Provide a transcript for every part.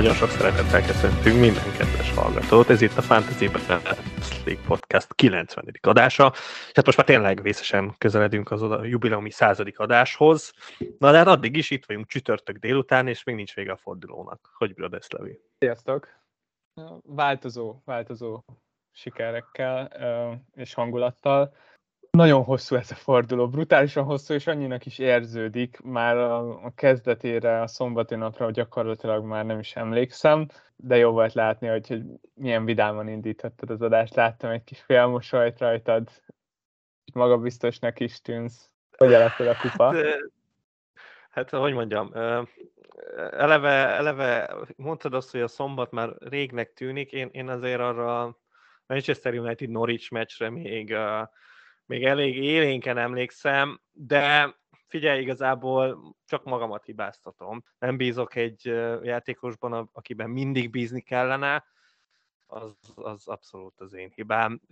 Nagyon sok szeretettel köszöntünk minden kedves hallgatót. Ez itt a Fantasy League Podcast 90. adása. És hát most már tényleg vészesen közeledünk az a jubileumi 100. adáshoz. Na de hát addig is itt vagyunk csütörtök délután, és még nincs vége a fordulónak. Hogy bírod ezt, Levi? Sziasztok! Változó sikerekkel és hangulattal. Nagyon hosszú ez a forduló, brutálisan hosszú, és annyinak is érződik. Már a kezdetére, a szombati napra gyakorlatilag már nem is emlékszem, de jó volt látni, hogy milyen vidáman indíthattad az adást. Láttam egy kis félmosolyt rajtad, magabiztosnak is tűnsz. Hogy alakult a kupa? Hát, hogy mondjam, eleve mondtad azt, hogy a szombat már régnek tűnik, én azért arra a Manchester United Norwich meccsre még elég élénken emlékszem, de figyelj, igazából csak magamat hibáztatom. Nem bízok egy játékosban, akiben mindig bízni kellene, az abszolút az én hibám.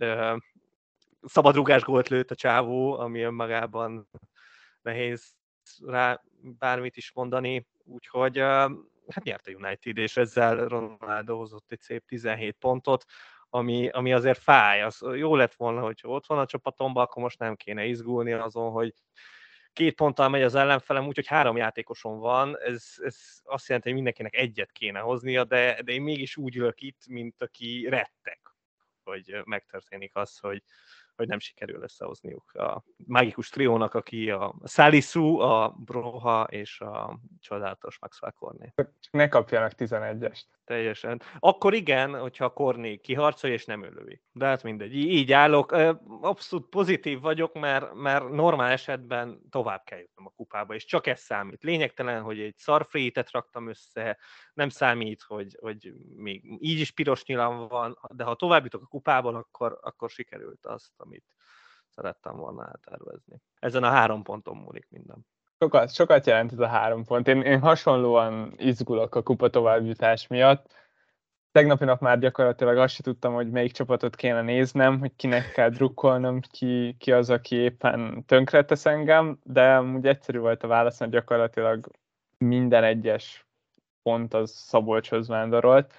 Szabadrugás gólt lőtt a csávó, ami önmagában nehéz rá bármit is mondani, úgyhogy hát nyert a United, és ezzel Ronaldo hozott egy szép 17 pontot, ami azért fáj. Az jó lett volna, hogyha ott van a csapatomban, akkor most nem kéne izgulni azon, hogy 2 ponttal megy az ellenfelem, úgyhogy 3 játékosom van, ez azt jelenti, hogy mindenkinek egyet kéne hoznia, de én mégis úgy ülök itt, mint aki rettek, hogy megtörténik az, hogy nem sikerül összehozniuk a mágikus triónak, aki a Salisu, a Broha és a csodálatos Maxwell Cornet. Ne kapjanak 11-est. Teljesen. Akkor igen, hogyha a Cornet kiharcolja és nem ölövi. De hát mindegy, így állok. Abszolút pozitív vagyok, mert normál esetben tovább kell jutnom a kupába, és csak ez számít. Lényegtelen, hogy egy szarfrétet raktam össze, nem számít, hogy még így is piros nyilam van, de ha tovább jutok a kupában, akkor sikerült azt, amit szerettem volna eltervezni. Ezen a 3 ponton múlik minden. Sokat jelent ez a 3 pont. Én hasonlóan izgulok a kupa továbbjutás miatt. Tegnapi nap már gyakorlatilag azt se tudtam, hogy melyik csapatot kéne néznem, hogy kinek kell drukkolnom, ki az, aki éppen tönkretesz engem, de úgy egyszerű volt a válasz, mert gyakorlatilag minden egyes pont az Szabolcshoz vándorolt.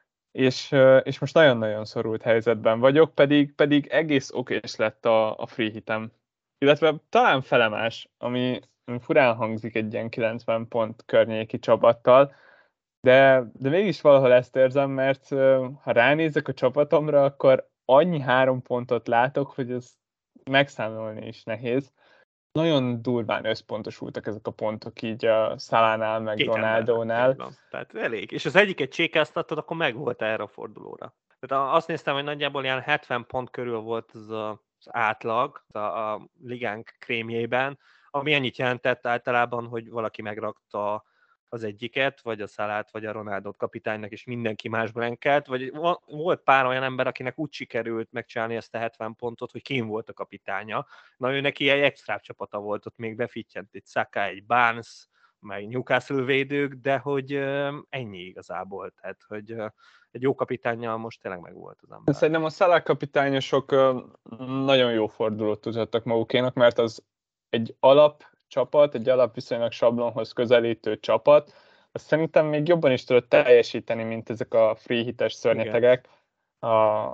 És most nagyon-nagyon szorult helyzetben vagyok, pedig egész okés lett a free hitem. Illetve talán felemás, ami furán hangzik egy ilyen 90 pont környéki csapattal, de mégis valahol ezt érzem, mert ha ránézek a csapatomra, akkor annyi 3 pontot látok, hogy ez megszámolni is nehéz. Nagyon durván összpontosultak ezek a pontok így a Salánál, meg Ronaldónál. Tehát elég. És az egyiket csékáztattad, akkor meg volt erre a fordulóra. Tehát azt néztem, hogy nagyjából ilyen 70 pont körül volt az átlag a ligánk krémjében, ami ennyit jelentett általában, hogy valaki megrakta az egyiket, vagy a Salát, vagy a Ronaldót kapitánynak, és mindenki más blankelt, vagy volt pár olyan ember, akinek úgy sikerült megcsinálni ezt a 70 pontot, hogy Kane volt a kapitánya. Na ő neki egy extra csapata volt, ott még befittyent egy Saka, egy Barnes, meg Newcastle védők, de hogy ennyi igazából, tehát hogy egy jó kapitánnyal most tényleg meg volt az ember. Szerintem a Salah kapitányosok nagyon jó fordulót tudhattak magukénak, mert az egy alapcsapat, egy viszonylag sablonhoz közelítő csapat, azt szerintem még jobban is tudott teljesíteni, mint ezek a free hites szörnyetegek, a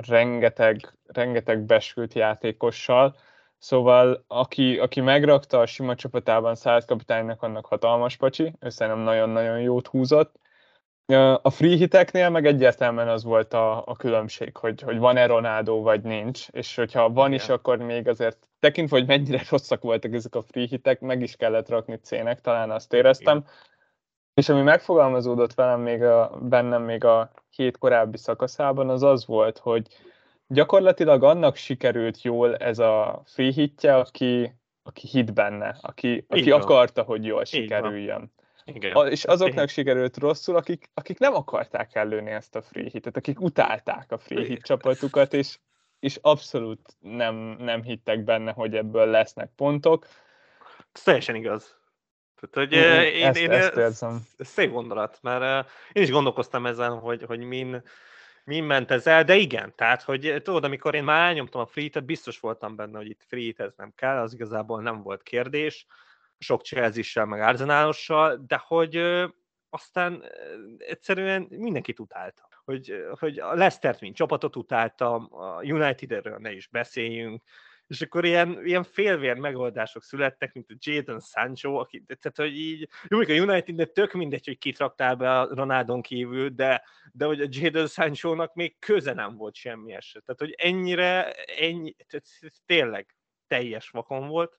rengeteg besült játékossal. Szóval aki megrakta a sima csapatában Salah kapitánynak, annak hatalmas pacsi, ő szerintem nagyon-nagyon jót húzott. A free hiteknél meg egyértelműen az volt a különbség, hogy van-e Ronaldo, vagy nincs, és hogyha van is, akkor még azért tekintve, hogy mennyire rosszak voltak ezek a free hitek, meg is kellett rakni C-nek, talán azt éreztem. Igen. És ami megfogalmazódott bennem még a 7 korábbi szakaszában, az volt, hogy gyakorlatilag annak sikerült jól ez a free hitje, aki hitt benne, aki akarta, hogy jól sikerüljön. Igen. És azoknak sikerült rosszul, akik nem akarták ellőni ezt a free hitet, akik utálták a free hit csapatukat, és abszolút nem hittek benne, hogy ebből lesznek pontok. Ez teljesen igaz. Tehát, hogy ezt érzem. Ez szép gondolat, mert én is gondolkoztam ezen, hogy min ment ez el, de igen, tehát, hogy tudod, amikor én már elnyomtam a free hitet, biztos voltam benne, hogy itt free hiteznem kell, az igazából nem volt kérdés, sok Chelsea-sel, meg Arsenalossal, de hogy aztán egyszerűen mindenkit utálta. Hogy a Leicestert, mint csapatot utáltam, a Unitedről ne is beszéljünk, és akkor ilyen félvér megoldások születtek, mint a Jadon Sancho, aki, tehát hogy így, jó, a Unitednek tök mindegy, hogy kit raktál be a Ronaldon kívül, de hogy a Jadon Sancho-nak még köze nem volt semmi eset. Tehát, hogy ennyi, tényleg teljes vakon volt,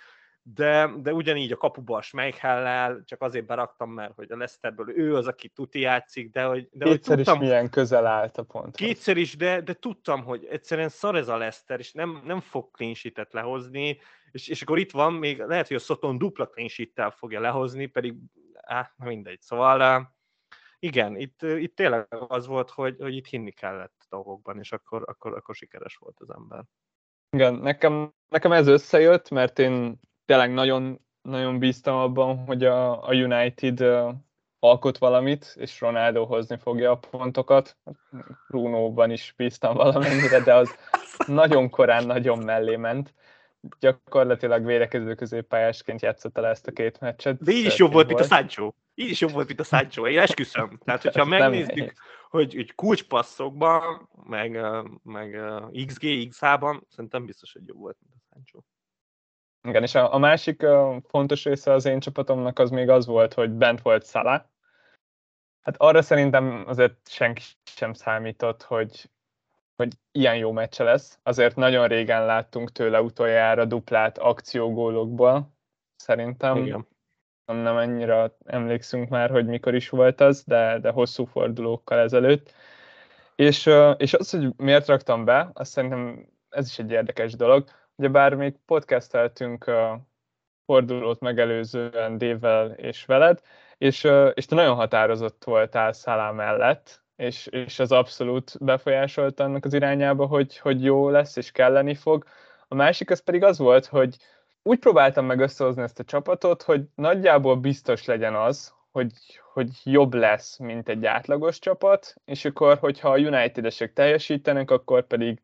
de ugyanígy a kapuba a Schmeichellel, csak azért beraktam, mert hogy a Leicesterből ő az, aki tuti játszik, de hogy Kétszer tudtam, is milyen közel állt a ponthoz. Kétszer is, de tudtam, hogy egyszerűen szar ez a Leicester, és nem fog clean sheet-et lehozni, és akkor itt van, még lehet, hogy a Soton dupla clean sheet-tel fogja lehozni, pedig mindegy. Szóval igen, itt tényleg az volt, hogy itt hinni kellett dolgokban, és akkor sikeres volt az ember. Igen, nekem ez összejött, mert én tényleg nagyon, nagyon bíztam abban, hogy a United alkot valamit, és Ronaldo hozni fogja a pontokat. Brunoban is bíztam valamennyire, de az nagyon korán, nagyon mellé ment. Gyakorlatilag védekező középpályásként játszotta le ezt a két meccset. De így is jobb volt, mint a Sancho. Így is jobb volt, mint a Sancho. Én esküszöm. Tehát, hogyha megnézzük, hogy kulcspasszokban, meg XG, XH-ban, szerintem biztos, hogy jobb volt, mint a Sancho. Igen, és a másik fontos része az én csapatomnak az még az volt, hogy bent volt Salah. Hát arra szerintem azért senki sem számított, hogy ilyen jó meccse lesz. Azért nagyon régen láttunk tőle utoljára duplát akciógólokból. Szerintem Igen. nem annyira emlékszünk már, hogy mikor is volt az, de hosszú fordulókkal ezelőtt. És az, hogy miért raktam be, azt szerintem ez is egy érdekes dolog. Ugyebár még podcasteltünk fordulót megelőzően Dévvel és veled, és te nagyon határozott voltál Salah mellett, és az abszolút befolyásolt annak az irányába, hogy jó lesz, és kelleni fog. A másik az pedig az volt, hogy úgy próbáltam meg összehozni ezt a csapatot, hogy nagyjából biztos legyen az, hogy jobb lesz, mint egy átlagos csapat, és akkor, hogyha a United-esek teljesítenek, akkor pedig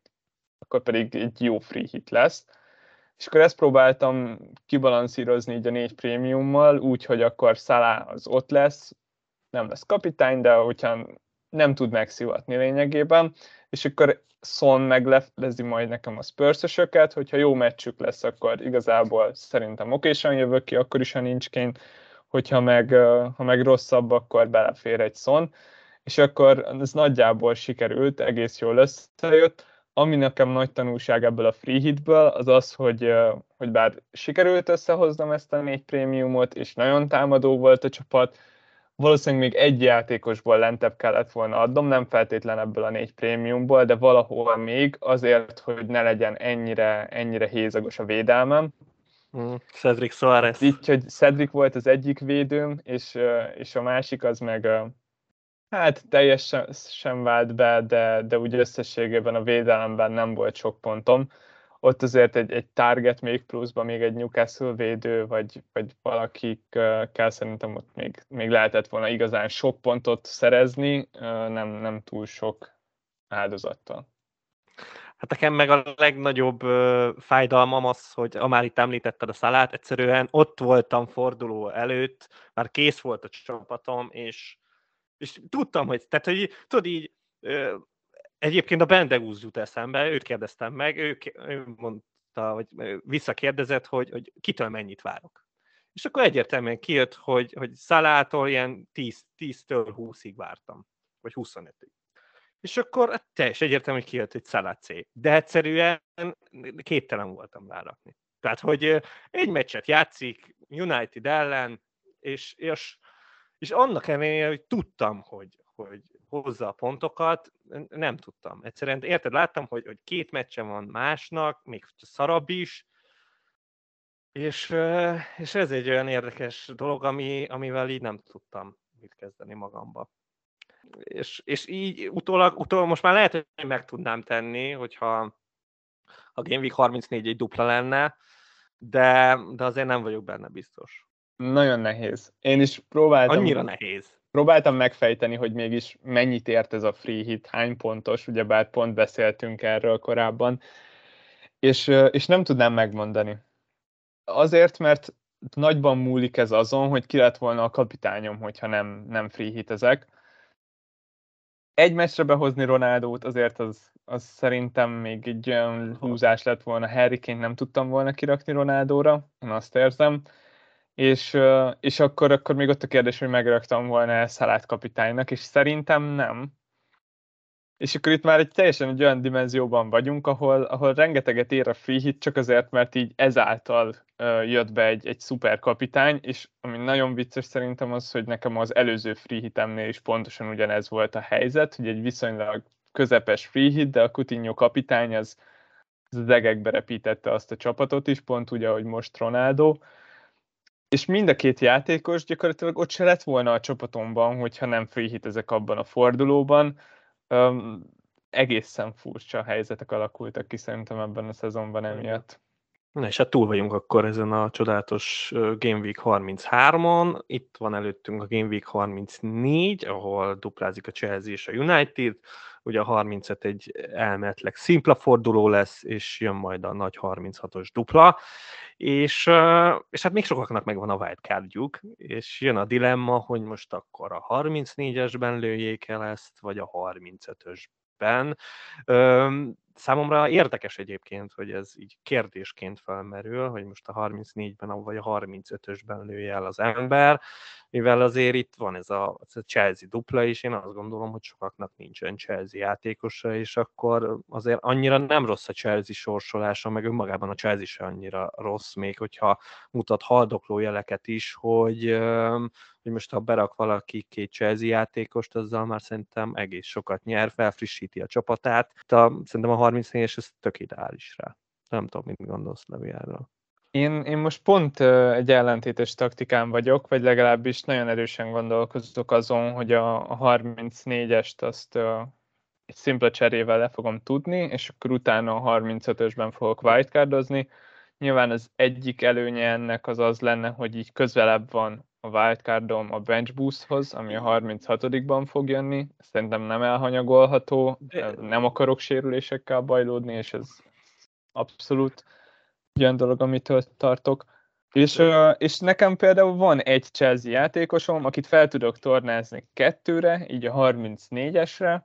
egy jó free hit lesz. És akkor ezt próbáltam kibalanszírozni így a 4 prémiummal, úgy, hogy akkor Salah az ott lesz, nem lesz kapitány, de hogyha nem tud megszivatni lényegében, és akkor Son meglezi majd nekem a Spurs-ösöket, hogyha jó meccsük lesz, akkor igazából szerintem okésan jövök ki, akkor is, ha nincs Kane, hogyha meg rosszabb, akkor belefér egy Son, és akkor ez nagyjából sikerült, egész jól összejött. Ami nekem nagy tanulság ebből a free hitből, az az, hogy bár sikerült összehoznom ezt a 4 prémiumot, és nagyon támadó volt a csapat, valószínűleg még egy játékosból lentebb kellett volna adnom, nem feltétlen ebből a 4 prémiumból, de valahol még azért, hogy ne legyen ennyire hézagos a védelmem. Cedric Soares. Így, hogy Cedric volt az egyik védőm, és a másik az meg hát teljesen sem vált be, de úgy összességében a védelemben nem volt sok pontom. Ott azért egy target még pluszban, még egy Newcastle védő, vagy valakikkel szerintem ott még lehetett volna igazán sok pontot szerezni, nem túl sok áldozattal. Hát nekem meg a legnagyobb fájdalmam az, hogy már itt említetted a Salát, egyszerűen ott voltam forduló előtt, már kész volt a csapatom, és tudtam, hogy, tehát, hogy tudod így, egyébként a Bendegúz jut eszembe, őt kérdeztem meg, ő mondta, hogy visszakérdezett, hogy kitől mennyit várok. És akkor egyértelműen kijött, hogy Salától ilyen 10-től 20-ig vártam, vagy 25-ig. És akkor teljesen egyértelmű, hogy kijött egy Salah C. De egyszerűen képtelen voltam rárakni. Tehát, hogy egy meccset játszik United ellen, és annak ellenére, hogy tudtam, hogy hozza a pontokat, nem tudtam. Egyszerűen, érted, láttam, hogy 2 meccse van másnak, még szarabb is, és ez egy olyan érdekes dolog, amivel így nem tudtam mit kezdeni magamba. És így utólag most már lehet, hogy meg tudnám tenni, hogyha a Game Week 34 egy dupla lenne, de azért nem vagyok benne biztos. Nagyon nehéz. Én is próbáltam. Annyira nehéz. Próbáltam megfejteni, hogy mégis mennyit ért ez a free hit, hány pontos, ugyebár pont beszéltünk erről korábban, és nem tudnám megmondani. Azért, mert nagyban múlik ez azon, hogy ki lett volna a kapitányom, hogyha nem free hit ezek. Egy meccsre behozni Ronaldót azért az szerintem még egy olyan húzás lett volna. Harry Kane nem tudtam volna kirakni Ronaldóra, én azt érzem. És akkor még ott a kérdés, hogy megraktam volna Salát kapitánynak, és szerintem nem. És akkor itt már egy olyan dimenzióban vagyunk, ahol rengeteget ér a free hit, csak azért, mert így ezáltal jött be egy szuper kapitány, és ami nagyon vicces szerintem az, hogy nekem az előző free hitemnél is pontosan ugyanez volt a helyzet, hogy egy viszonylag közepes free hit, de a Coutinho kapitány az zegekbe repítette azt a csapatot is, pont úgy, ahogy most Ronaldo, és mind a két játékos gyakorlatilag ott se lett volna a csapatomban, hogyha nem free hit ezek abban a fordulóban. Egészen furcsa helyzetek alakultak ki szerintem ebben a szezonban emiatt. Na és hát túl vagyunk akkor ezen a csodálatos Game Week 33-on. Itt van előttünk a Game Week 34, ahol duplázik a Chelsea és a United. Ugye a 35 egy elméletileg szimpla forduló lesz, és jön majd a nagy 36-os dupla. És hát még sokaknak megvan a wildcardjuk, és jön a dilemma, hogy most akkor a 34-esben lőjék el ezt, vagy a 35-ösben. Számomra érdekes egyébként, hogy ez így kérdésként felmerül, hogy most a 34-ben vagy a 35-ösben lője el az ember, mivel azért itt van ez a Chelsea dupla is, én azt gondolom, hogy sokaknak nincsen Chelsea játékosa, és akkor azért annyira nem rossz a Chelsea sorsolása, meg önmagában a Chelsea se annyira rossz, még hogyha mutat haldokló jeleket is, hogy most ha berak valaki két Chelsea játékost, azzal már szerintem egész sokat nyer, felfrissíti a csapatát. Szerintem a 34-es ez tök ideális rá. Nem tudom, mit gondolsz, Levi, erről. Én most pont egy ellentétes taktikán vagyok, vagy legalábbis nagyon erősen gondolkozok azon, hogy a 34-est azt egy szimpla cserével le fogom tudni, és akkor utána a 35-ösben fogok wildcardozni. Nyilván az egyik előnye ennek az lenne, hogy így közelebb van a wildcardom a bench boosthoz, ami a 36-ban fog jönni. Szerintem nem elhanyagolható, nem akarok sérülésekkel bajlódni, és ez abszolút olyan dolog, amitől tartok. És nekem például van egy Chelsea játékosom, akit fel tudok tornázni 2-re, így a 34-esre,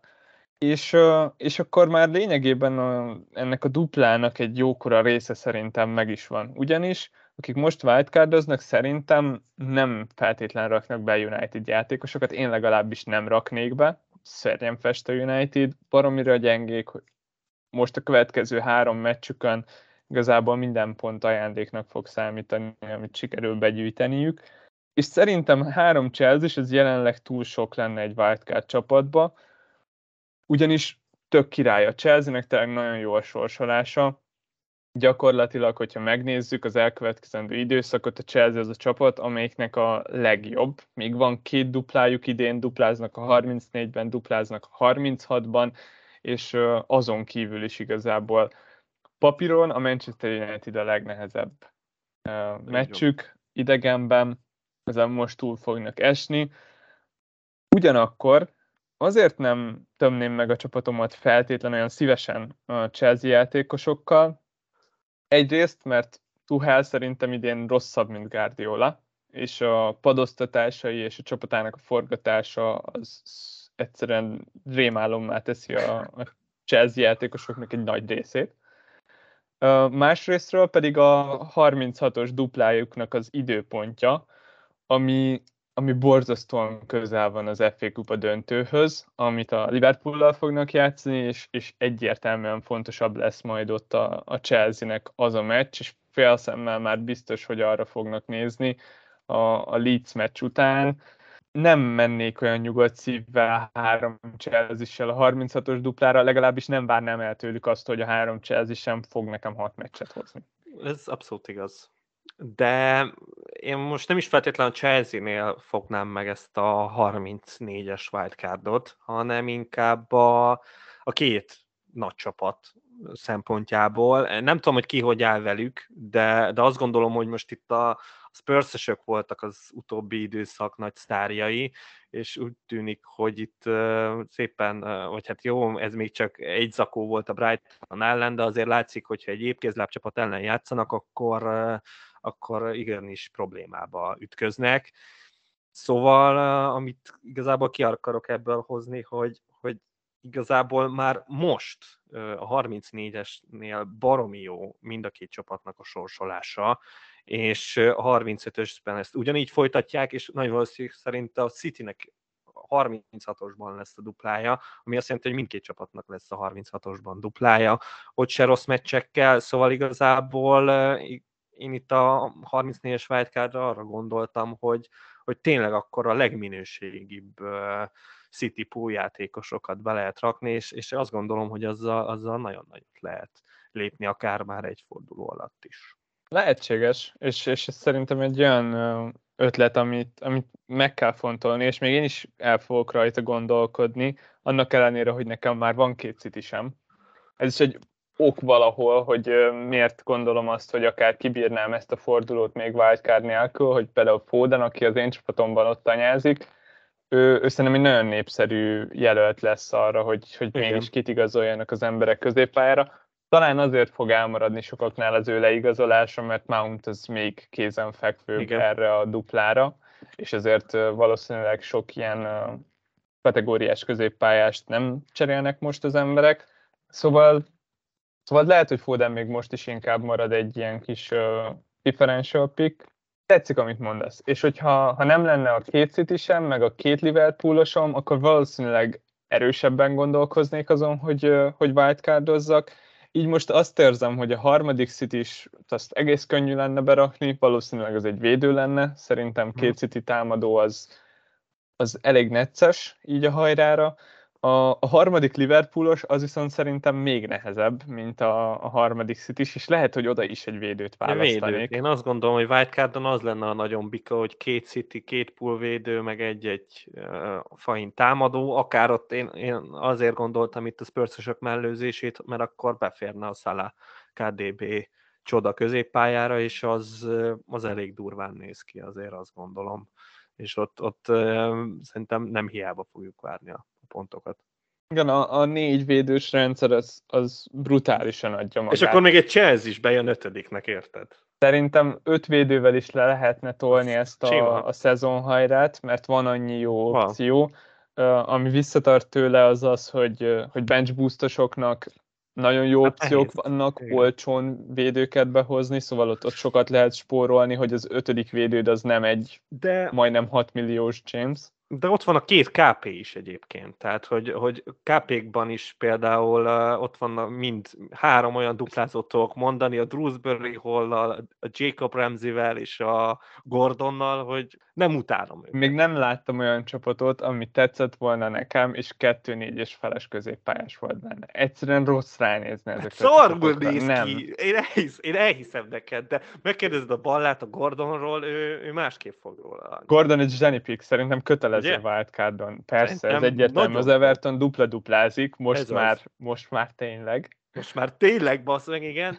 és akkor már lényegében ennek a duplának egy jókora része szerintem meg is van. Ugyanis, akik most wildcardoznak, szerintem nem feltétlenül raknak be United játékosokat, én legalábbis nem raknék be. Szörnyen fest a United, baromira gyengék, hogy most a következő 3 meccsükön igazából minden pont ajándéknak fog számítani, amit sikerül begyűjteniük. És szerintem 3 Chelsea, ez jelenleg túl sok lenne egy wildcard csapatba, ugyanis tök király a Chelsea-nek, tényleg nagyon jó a sorsolása. Gyakorlatilag, hogyha megnézzük az elkövetkezendő időszakot, a Chelsea az a csapat, amelyiknek a legjobb. Még van 2 duplájuk idén, dupláznak a 34-ben, dupláznak a 36-ban, és azon kívül is igazából papíron a Manchester United a legnehezebb meccsük idegenben, ezen most túl fognak esni. Ugyanakkor azért nem tömném meg a csapatomat feltétlenül olyan szívesen a Chelsea játékosokkal. Egyrészt, mert Tuchel szerintem idén rosszabb, mint Guardiola, és a padoztatásai és a csapatának a forgatása az egyszerűen rémálommá teszi a Chelsea játékosoknak egy nagy részét. Másrésztről pedig a 36-os duplájuknak az időpontja, ami borzasztóan közel van az FA Kupa döntőhöz, amit a Liverpoollal fognak játszani, és egyértelműen fontosabb lesz majd ott a Chelsea-nek az a meccs, és félszemmel már biztos, hogy arra fognak nézni a Leeds meccs után. Nem mennék olyan nyugodt szívvel 3 Chelsea-sel a 36-os duplára, legalábbis nem várnám el tőlük azt, hogy a 3 Chelsea sem fog nekem 6 meccset hozni. Ez abszolút igaz. De én most nem is feltétlenül a Chelsea-nél fognám meg ezt a 34-es wildcardot, hanem inkább a 2 nagy csapat szempontjából. Nem tudom, hogy ki hogy áll velük, de azt gondolom, hogy most itt a Spurs-ösök voltak az utóbbi időszak nagy sztárjai, és úgy tűnik, hogy itt szépen, vagy hát jó, ez még csak egy zakó volt a Brighton ellen, de azért látszik, hogyha egy épkézláb csapat ellen játszanak, akkor akkor igenis problémába ütköznek. Szóval, amit igazából ki akarok ebből hozni, hogy igazából már most a 34-esnél baromi jó mind a két csapatnak a sorsolása, és a 35-ösben ezt ugyanígy folytatják, és nagy valószínűség szerint a Citynek 36-osban lesz a duplája, ami azt jelenti, hogy mindkét csapatnak lesz a 36-osban duplája, ott se rossz meccsekkel, szóval igazából én itt a 34-es wildcardra arra gondoltam, hogy tényleg akkor a legminőségibb City pool játékosokat be lehet rakni, és azt gondolom, hogy azzal nagyon nagyot lehet lépni, akár már egy forduló alatt is. Lehetséges, és ez szerintem egy olyan ötlet, amit meg kell fontolni, és még én is el fogok rajta gondolkodni, annak ellenére, hogy nekem már van 2 City sem. Ez is egy ok valahol, hogy miért gondolom azt, hogy akár kibírnám ezt a fordulót még wildcard nélkül, hogy például Foden, aki az én csapatomban ott anyázik, ő szerintem egy nagyon népszerű jelölt lesz arra, hogy mégis kit igazoljanak az emberek középpályára. Talán azért fog elmaradni sokaknál az ő leigazolása, mert Mount az még kézenfekvőbb erre a duplára, és ezért valószínűleg sok ilyen kategóriás középpályást nem cserélnek most az emberek. Szóval lehet, hogy Foden még most is inkább marad egy ilyen kis differential pick. Tetszik, amit mondasz. És hogyha nem lenne a 2 City sem, meg a 2 Liverpoolosom, akkor valószínűleg erősebben gondolkoznék azon, hogy wildcardozzak. Így most azt érzem, hogy a harmadik City is azt egész könnyű lenne berakni, valószínűleg az egy védő lenne. Szerintem 2 City támadó az elég necces így a hajrára. A harmadik Liverpoolos az viszont szerintem még nehezebb, mint a harmadik City, és lehet, hogy oda is egy védőt választanék. Én azt gondolom, hogy wildcardon az lenne a nagyon bika, hogy 2 City, 2 pool védő, meg egy fain támadó, akár ott én azért gondoltam itt a Spurs-osok mellőzését, mert akkor beférne a Salah KDB csoda középpályára, és az elég durván néz ki, azért azt gondolom. És ott szerintem nem hiába fogjuk várni a pontokat. Igen, a 4 védős rendszer az brutálisan adja magát. És akkor még egy Chelsea is bejön 5-nek, érted? Szerintem 5 védővel is le lehetne tolni ezt a szezonhajrát, mert van annyi jó opció. Ami visszatart tőle az, hogy bench boostosoknak nagyon jó opciók vannak, olcsón védőket behozni, szóval ott sokat lehet spórolni, hogy az 5. védőd az nem egy majdnem 6 milliós James. De ott van a 2 KP is egyébként, tehát hogy KP-kban is például ott van mind 3 olyan duplázót tudok mondani, a Drewsbury Hall-lal, a Jacob Ramsey-vel és a Gordonnal, hogy nem utálom őket. Még nem láttam olyan csapatot, ami tetszett volna nekem, és 2-4 és feles középpályás volt benne. Egyszerűen rossz ránézni ezekre. Szarul néz ki! Én elhiszem neked, de megkérdezed a Ballát a Gordonról, ő másképp fog róla. Gordon egy zseni pick, szerintem kötelező wildcardon. Persze, szerintem ez egyértelmű. Az Everton dupla-duplázik, most már tényleg. Most már tényleg, bassz meg, igen.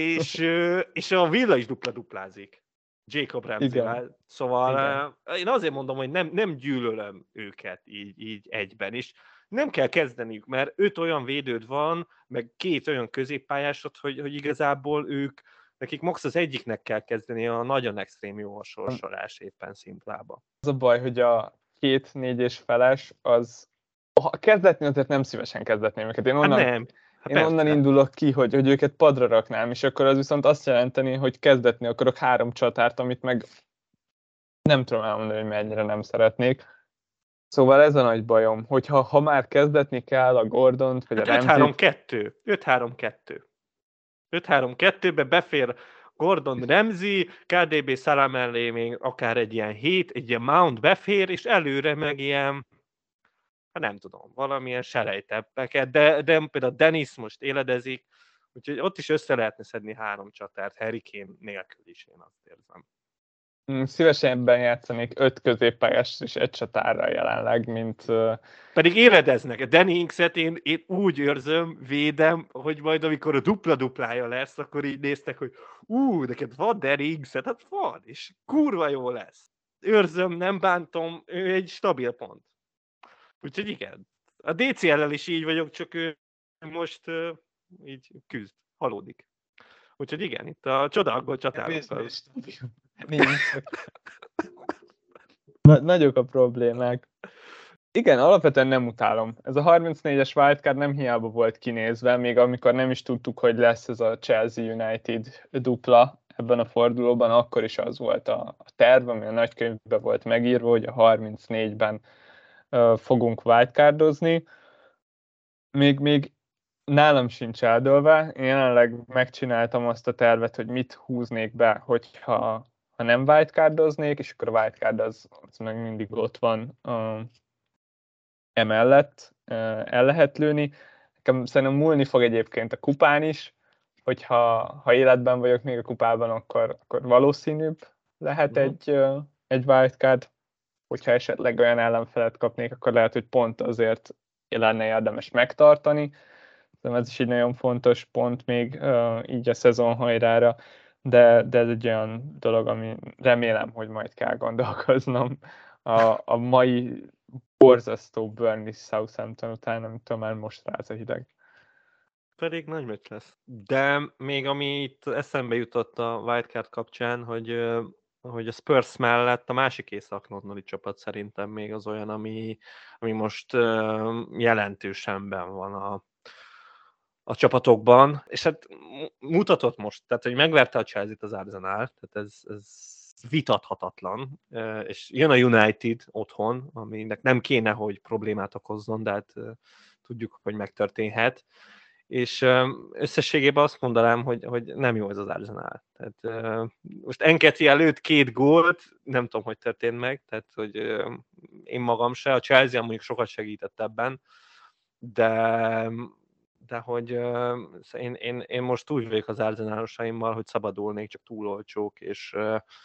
És a Villa is dupla-duplázik. Jacob Ramsey-vel. Szóval igen. Én azért mondom, hogy nem gyűlölöm őket így egyben is. Nem kell kezdeniük, mert 5 olyan védőd van, meg 2 olyan középpályásod, hogy igazából nekik max az egyiknek kell kezdeni a nagyon extrém jó a sorsolás éppen szimplába. Az a baj, hogy a 2-4 és feles, ha kezdetni azért nem szívesen kezdetném őket. Én onnan indulok ki, hogy őket padra raknám, és akkor az viszont azt jelenteni, hogy kezdetni akarok 3 csatárt, amit meg nem tudom elmondani, hogy mennyire nem szeretnék. Szóval ez a nagy bajom, hogy ha már kezdetni kell a Gordont, vagy a Ramsey-t... 5-3-2. 5-3-2-be befér Gordon, Ramsey, KDB, Salah mellé még akár egy ilyen 7, egy ilyen Mount befér, és előre meg ilyen, nem tudom, valamilyen selejtebbeket, de például Dennis most éledezik, úgyhogy ott is össze lehetne szedni 3 csatárt, Harry Kane nélkül is, én azt érzem. Szívesebben játszanék 5 középpályást és 1 csatárral jelenleg, mint... Pedig éledeznek. Danny Ings-et én úgy érzem, védem, hogy majd amikor a dupla-duplája lesz, akkor így néztek, hogy neked van Danny Ings-et? Hát van, és kurva jó lesz. Őrzöm, nem bántom, ő egy stabil pont. Úgyhogy igen. A DCL-lel is így vagyok, csak ő most így küzd, halódik. Úgyhogy igen, itt a csoda csatárokkal. Nincs. Nagyok a problémák. Igen, alapvetően nem utálom. Ez a 34-es wildcard nem hiába volt kinézve, még amikor nem is tudtuk, hogy lesz ez a Chelsea United dupla ebben a fordulóban, akkor is az volt a terv, ami a nagykönyvben volt megírva, hogy a 34-ben fogunk wildcardozni. Még nálam sincs eldőlve. Én jelenleg megcsináltam azt a tervet, hogy mit húznék be, hogyha nem wildcardoznék, és akkor a wildcard az meg mindig ott van emellett, el lehet lőni. Nekem szerintem múlni fog egyébként a kupán is, hogyha életben vagyok még a kupában, akkor valószínűbb lehet egy wildcard. Hogyha esetleg olyan ellenfelet kapnék, akkor lehet, hogy pont azért lenne érdemes megtartani. De ez is egy nagyon fontos pont még így a szezon hajrára, de ez egy olyan dolog, ami remélem, hogy majd kell gondolkoznom. A mai borzasztó Burnley Southampton után, amitől már most ráz a hideg. Pedig nagy meccs lesz. De még ami itt eszembe jutott a wildcard kapcsán, hogy a Spurs mellett a másik észak-londoni csapat szerintem még az olyan, ami most jelentősen benn van a csapatokban, és hát mutatott most, tehát hogy megverte a Chelsea-t az Arsenal, tehát ez vitathatatlan, és jön a United otthon, aminek nem kéne, hogy problémát okozzon, de hát tudjuk, hogy megtörténhet, és összességében azt mondanám, hogy nem jó ez az Arsenal. Tehát most Nketiah előtt 2 gólt, nem tudom, hogy történt meg, tehát hogy én magam se, a Chelsea mondjuk sokat segített ebben, de hogy én most úgy vagyok az Arsenalosaimmal, hogy szabadulnék, csak túl olcsók, és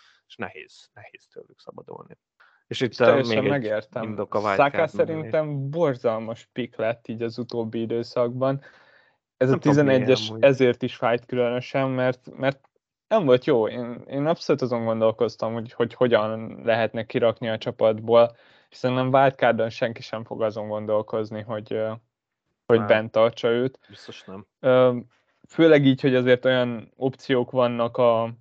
nehéz tőlük szabadulni. És itt teljesen még megértem. egy indok a Saka szerintem borzalmas pick lett így az utóbbi időszakban. Ez a 11-es ezért is fájt különösen, mert nem volt jó. Én abszolút azon gondolkoztam, hogy hogyan lehetne kirakni a csapatból, és szerintem wildcardon senki sem fog azon gondolkozni, hogy bent tartsa őt. Biztos nem. Főleg így, hogy azért olyan opciók vannak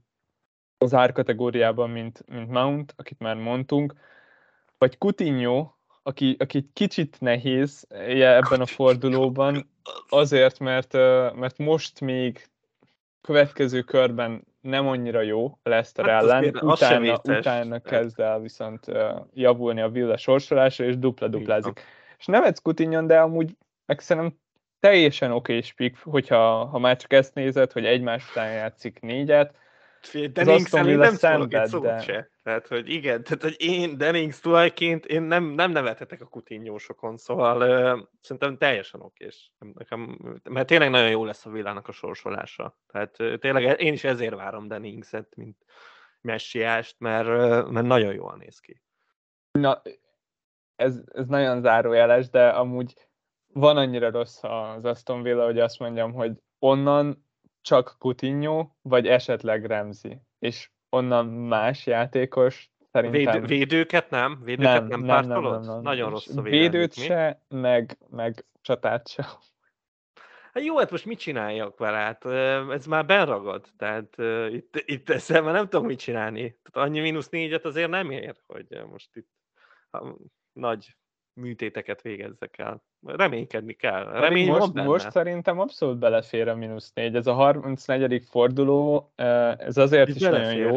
az árkategóriában, mint Mount, akit már mondtunk, vagy Coutinho, aki kicsit nehéz ebben a fordulóban, azért, mert most még következő körben nem annyira jó a Leicester ellen, utána kezd el viszont javulni a Villa sorsolása, és dupla-duplázik. És nevetsz Coutinho, de amúgy meg szerintem teljesen okés pick, hogyha már csak ezt nézed, hogy egymás után játszik 4-et, Denningsen én nem szólok egy szót se. Tehát, hogy igen, tehát, hogy én Dennings tulajként én nem nevethetek a Coutinho-sokon, szóval szerintem teljesen okés. Mert tényleg nagyon jó lesz a Villának a sorsolása. Tehát tényleg én is ezért várom Denningset, mint messiást, mert nagyon jól néz ki. Na, ez nagyon zárójeles, de amúgy van annyira rossz az Aston Villa, hogy azt mondjam, hogy onnan csak Coutinho, vagy esetleg Ramsey. És onnan más játékos szerintem... Védőket nem? Védőket nem pártolod? Nem. Nagyon rossz a védőt se, meg csatát se. Hát jó, hát most mit csináljak vele? Hát, ez már benragad. Tehát itt ezzel már nem tudom mit csinálni. Tehát annyi -4-et azért nem ér, hogy most itt nagy műtéteket végezzek el. Reménykedni kell. Remény van benne. Most szerintem abszolút belefér a -4. Ez a 34. forduló, ez azért is belefér. Nagyon jó,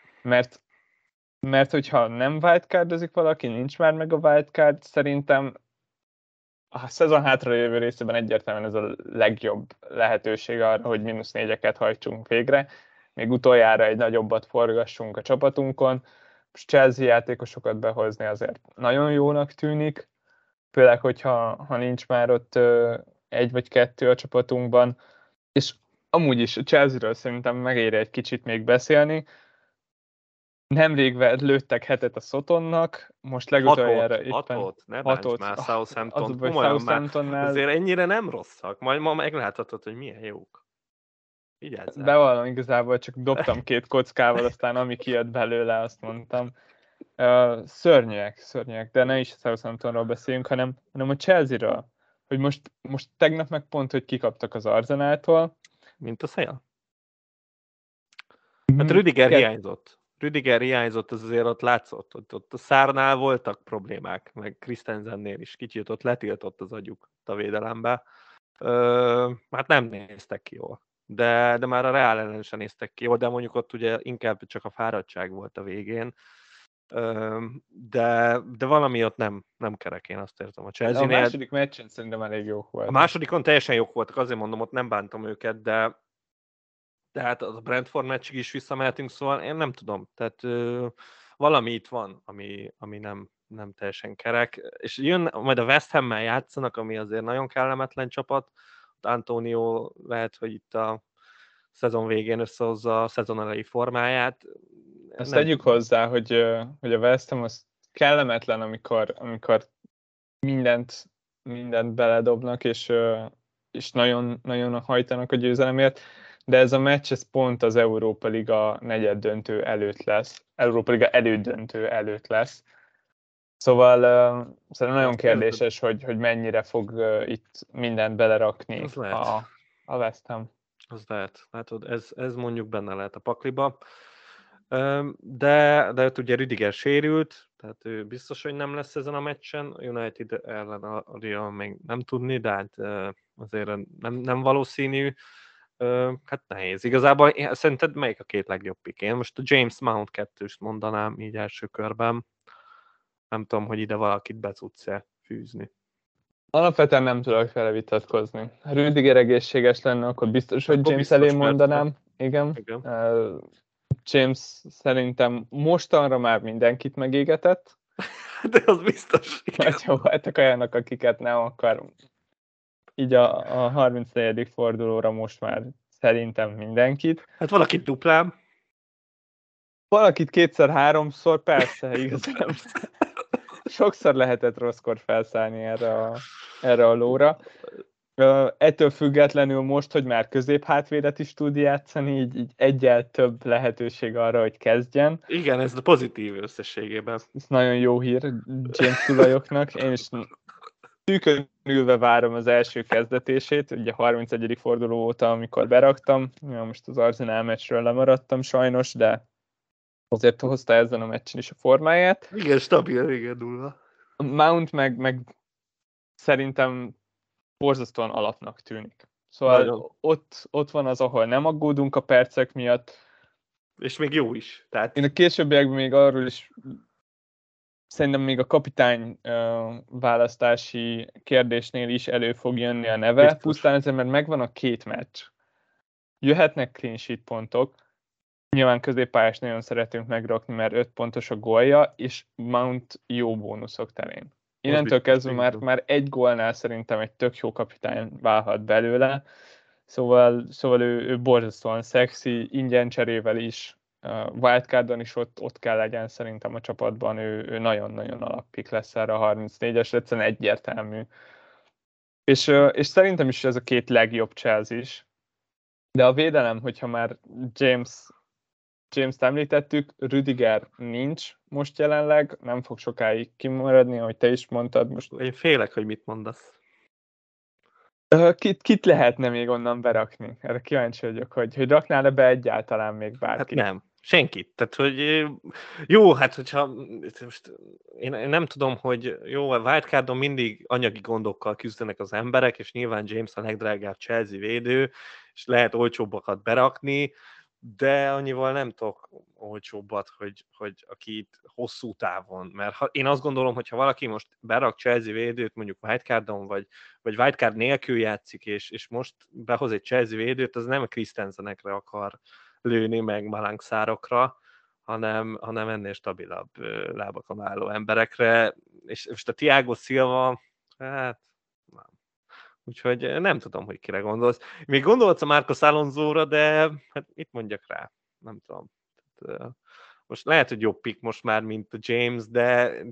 mert hogyha nem wildcardozik valaki, nincs már meg a wildcard, szerintem a szezon hátralévő részében egyértelműen ez a legjobb lehetőség arra, hogy -4-eket hajtsunk végre. Még utoljára egy nagyobbat forgassunk a csapatunkon. Most Chelsea játékosokat behozni azért nagyon jónak tűnik, főleg, hogyha nincs már ott 1 vagy 2 a csapatunkban. És amúgy is a Chelsea-ről szerintem megéri egy kicsit még beszélni. Nemrég lőttek hetet a Sotonnak, most legutoljára éppen... Ne bánts már Southampton. Komolyan azért ennyire nem rosszak. Majd ma megláthatod, hogy milyen jók. Vigyázzál. Bevallom, igazából csak dobtam 2 kockával, aztán ami kijött belőle, azt mondtam. Szörnyűek, de ne is a Southamptonról beszéljünk, hanem a Chelsea-ről. Hogy most tegnap meg pont, hogy kikaptak az Arsenaltól. Mint a szél. Hát Rüdiger hiányzott, az azért ott látszott, ott a Szárnál voltak problémák, meg Christensennél is kicsit ott letiltott az agyuk a védelembe. Hát nem néztek ki jól. De már a Real ellen sem néztek ki jól, de mondjuk ott ugye inkább csak a fáradtság volt a végén. De valami ott nem kerek, én azt értem a Chelsea-nél. A második meccsen szerintem elég jók voltak. A másodikon teljesen jók voltak, azért mondom, ott nem bántam őket, de hát a Brentford meccsig is visszamehetünk, szóval én nem tudom. Tehát valami itt van, ami nem teljesen kerek. És jön, majd a West Hammel játszanak, ami azért nagyon kellemetlen csapat. Antonio lehet, hogy itt a szezon végén összehozza a szezon elejé formáját. Azt tegyük hozzá, hogy a West Ham az kellemetlen, amikor mindent beledobnak, és nagyon, nagyon hajtanak a győzelemért, de ez a meccs ez pont az Európa Liga negyeddöntő előtt lesz. Európa Liga elődöntő előtt lesz. Szóval szerintem nagyon kérdéses, hogy mennyire fog itt mindent belerakni a West Ham. Az lehet. Látod, ez mondjuk benne lehet a pakliba. De ott ugye Rüdiger sérült, tehát ő biztos, hogy nem lesz ezen a meccsen. A United ellen a Real még nem tudni, de hát azért nem valószínű. Hát nehéz. Igazából szerinted melyik a két legjobb pick? Én most a James Mount 2-t mondanám így első körben. Nem tudom, hogy ide valakit be tudsz-e fűzni. Alapvetően nem tudok vele vitatkozni. Ha Rüdiger egészséges lenne, akkor biztos, hogy James biztos elé mondanám. Igen. James szerintem mostanra már mindenkit megégetett. De az biztos. Mert jó, voltak olyanok, akiket nem akar. Így a 34. fordulóra most már szerintem mindenkit. Hát valakit duplám. Valakit kétszer-háromszor, persze, igazán. Sokszor lehetett rosszkor felszállni erre a lóra. Ettől függetlenül most, hogy már középhátvédet is tud játszani, így egyel több lehetőség arra, hogy kezdjen. Igen, ez a pozitív összességében. Ez nagyon jó hír James tulajoknak. Én is tűkön ülve várom az első kezdetését, ugye 31. forduló óta, amikor beraktam. Most az Arsenal meccsről lemaradtam sajnos, de azért hozta ezen a meccsen is a formáját. Igen, stabil, igen, nulla. Mount meg szerintem borzasztóan alapnak tűnik. Szóval ott van az, ahol nem aggódunk a percek miatt. És még jó is. Tehát... Én a későbbiekben még arról is szerintem még a kapitány választási kérdésnél is elő fog jönni a neve. Biztos. Pusztán ezért, mert megvan a két meccs. Jöhetnek clean sheet pontok. Nyilván középpályás nagyon szeretünk megrakni, mert 5 pontos a gólja, és Mount jó bónuszok terén. Innentől kezdve már egy gólnál szerintem egy tök jó kapitány válhat belőle, szóval ő borzasztóan szexi, ingyen cserével is, wildcardon is ott kell legyen szerintem a csapatban, ő nagyon-nagyon alappik lesz erre a 34-es, egyszerűen egyértelmű. És szerintem is ez a két legjobb Chelsea is. De a védelem, hogyha már James-t említettük, Rüdiger nincs most jelenleg, nem fog sokáig kimaradni, ahogy te is mondtad. Most... Én félek, hogy mit mondasz. Kit lehetne még onnan berakni? Erre kíváncsi vagyok, hogy raknál-e be egyáltalán még bárki? Hát nem, senkit. Tehát, hogy jó, hát hogyha most én nem tudom, hogy jó, a wildcardon mindig anyagi gondokkal küzdenek az emberek, és nyilván James a legdrágább Chelsea védő, és lehet olcsóbbakat berakni, de annyival nem tudok olcsóbbat, hogy aki itt hosszú távon. Mert én azt gondolom, hogy ha valaki most berak Chelsea védőt, mondjuk wildcardon, vagy wildcard nélkül játszik, és most behoz egy Chelsea védőt, az nem a Christensenekre akar lőni, meg malangszárokra, hanem ennél stabilabb lábakon álló emberekre. És most a Thiago Silva, hát nem. Úgyhogy nem tudom, hogy kire gondolsz. Még gondolsz a Marcos Alonsóra, de hát mit mondjak rá? Nem tudom. Most lehet, hogy jobb pick most már, mint a James, de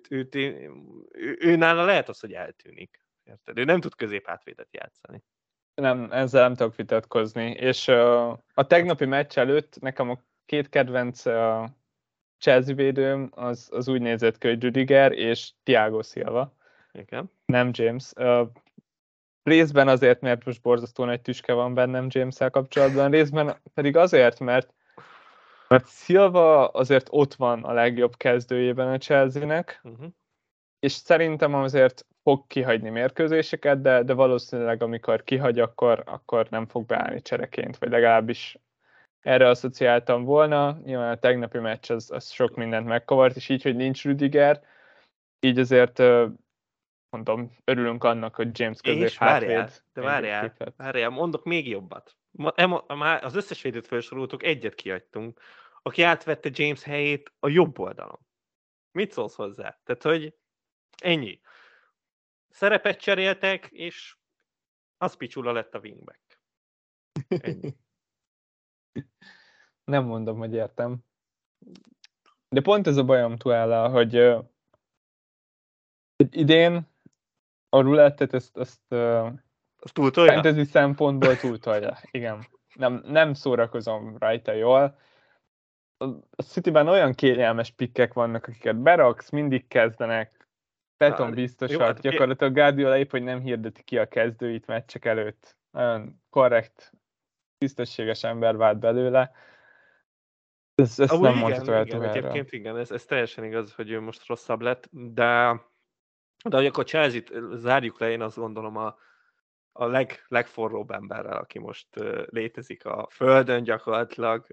ő nála lehet az, hogy eltűnik. Érted? Ő nem tud középhátvédet játszani. Nem, ezzel nem tudok vitatkozni. És a tegnapi meccs előtt nekem a két kedvenc Chelsea védőm az úgy nézett ki, hogy Rüdiger és Thiago Silva. Igen. Nem James. Részben azért, mert most borzasztó nagy tüske van bennem James-szel kapcsolatban, részben pedig azért, mert Mert Silva azért ott van a legjobb kezdőjében a Chelsea-nek, és szerintem azért fog kihagyni mérkőzéseket, de valószínűleg amikor kihagy, akkor nem fog beállni csereként, vagy legalábbis erre asszociáltam volna. Nyilván a tegnapi meccs az sok mindent megkavart, és így, hogy nincs Rüdiger, így azért mondom, örülünk annak, hogy James közép hátvéd. Várjál, mondok még jobbat. Már az összes védőt felsoroltuk, egyet kihagytunk, aki átvette James helyét a jobb oldalon. Mit szólsz hozzá? Tehát, hogy ennyi. Szerepet cseréltek, és az Picsula lett a wingback. Ennyi. Nem mondom, hogy értem. De pont ez a bajom Tuellel, hogy idén a rulettet ezt fantasy szempontból túltolja. Igen. Nem szórakozom rajta jól. A Cityben olyan kényelmes pikkek vannak, akiket beraksz, mindig kezdenek, beton biztosak, gyakorlatilag Guardiola épp, hogy nem hirdeti ki a kezdőit meccsek előtt. Nagyon korrekt, tisztességes ember vált belőle. Ezt nem mondható el Tuchelről. Egyébként igen, ez teljesen igaz, hogy ő most rosszabb lett, de hogy akkor Chelsea-t zárjuk le, én azt gondolom a legforróbb emberrel, aki most létezik a Földön gyakorlatilag.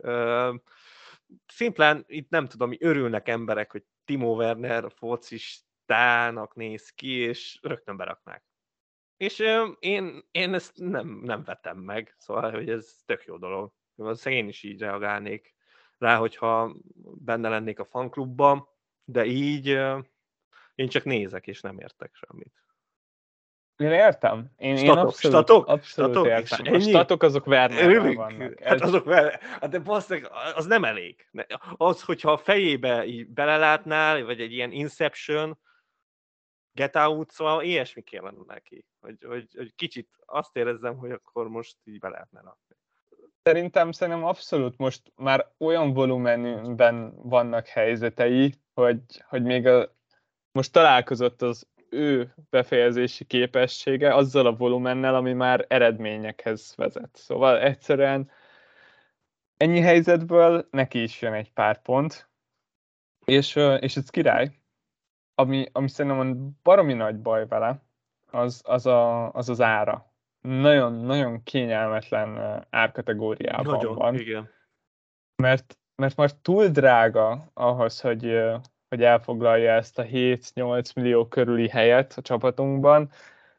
Szimplán itt nem tudom, örülnek emberek, hogy Timo Werner focistának néz ki, és rögtön beraknák. És én ezt nem vetem meg, szóval, hogy ez tök jó dolog. Valószínűleg én is így reagálnék rá, hogyha benne lennék a fanklubban, de így én csak nézek, és nem értek semmit. Én értem. Én abszolút értem. A statok azok Wernerrel vannak. Hát azok de basszeg, az nem elég. Az, hogyha a fejébe így belelátnál, vagy egy ilyen Inception, Get Out, szóval ilyesmi kellene neki. Hogy kicsit azt érezzem, hogy akkor most így be lehetne rakni. Szerintem abszolút most már olyan volumenben vannak helyzetei, hogy még most találkozott az ő befejezési képessége azzal a volumennel, ami már eredményekhez vezet. Szóval egyszerűen ennyi helyzetből neki is jön egy pár pont, és ez király. Ami szerintem baromi nagy baj vele, az ára. Nagyon kényelmetlen árkategóriában van. Igen. Mert már túl drága ahhoz, hogy elfoglalja ezt a 7-8 millió körüli helyet a csapatunkban.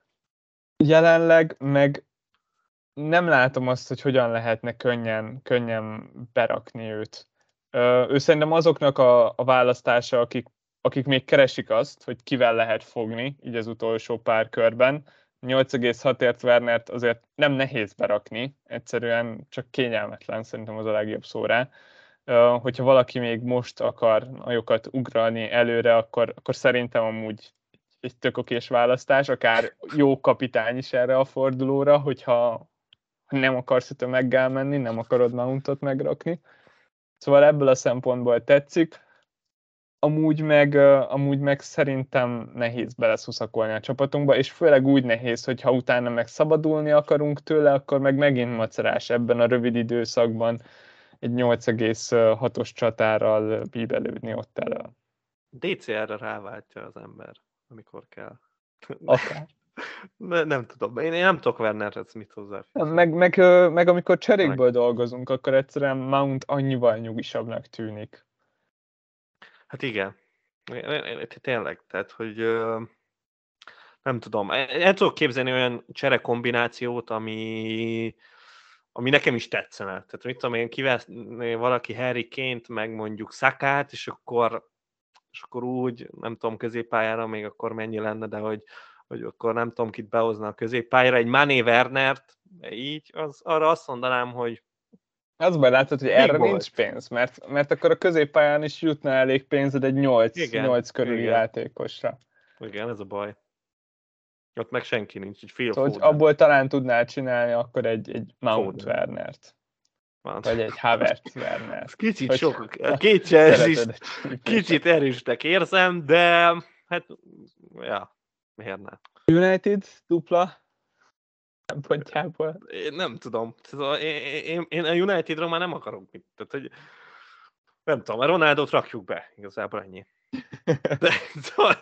Jelenleg meg nem látom azt, hogy hogyan lehetne könnyen berakni őt. Ő szerintem azoknak a választása, akik még keresik azt, hogy kivel lehet fogni, így az utolsó pár körben. 8,6-ért Wernert azért nem nehéz berakni, egyszerűen csak kényelmetlen, szerintem az a legjobb szó rá. Hogyha valaki még most akar nagyokat ugrani előre, akkor szerintem amúgy egy tök okés választás, akár jó kapitány is erre a fordulóra, hogyha nem akarsz a tömeggel menni, nem akarod Mountot megrakni. Szóval ebből a szempontból tetszik. Amúgy meg szerintem nehéz beleszuszakolni a csapatunkba, és főleg úgy nehéz, hogyha utána meg szabadulni akarunk tőle, akkor meg megint macerás ebben a rövid időszakban egy 8,6-os csatárral bíbelődni ott elő. DCR-re ráváltja az ember, amikor kell. Akár. Nem tudom, én nem tudok Wernerhez mit hozzáfűzni. Meg amikor cserékből dolgozunk, akkor egyszerűen Mount annyival nyugisabbnak tűnik. Hát igen. Tényleg, tehát, hogy nem tudom. El tudok képzelni olyan cserekombinációt, ami nekem is tetszene. Tehát mit tudom én, kivenné valaki Harry Kane-t, meg mondjuk Sakát, és akkor úgy, nem tudom, középpályára még akkor mennyi lenne, de hogy akkor nem tudom, kit behozna a középpályára, egy Mané Wernert, így, arra azt mondanám, hogy az baj látod, hogy erre nincs pénz, mert akkor a középpályán is jutna elég pénzed egy 8 körüli játékosra. Igen, ez a baj. Ott meg senki nincs, egy Phil Foden. Abból talán tudnál csinálni akkor egy Mount Wernert. Vagy egy Havertz Wernert. Kicsit sok, kicsit erősnek érzem, de hát, ja, miért ne? United dupla szempontjából. Én nem tudom. Én a Unitedról már nem akarok mit. Tehát, hogy Nem tudom, a Ronaldot rakjuk be, igazából ennyi. De, szóval,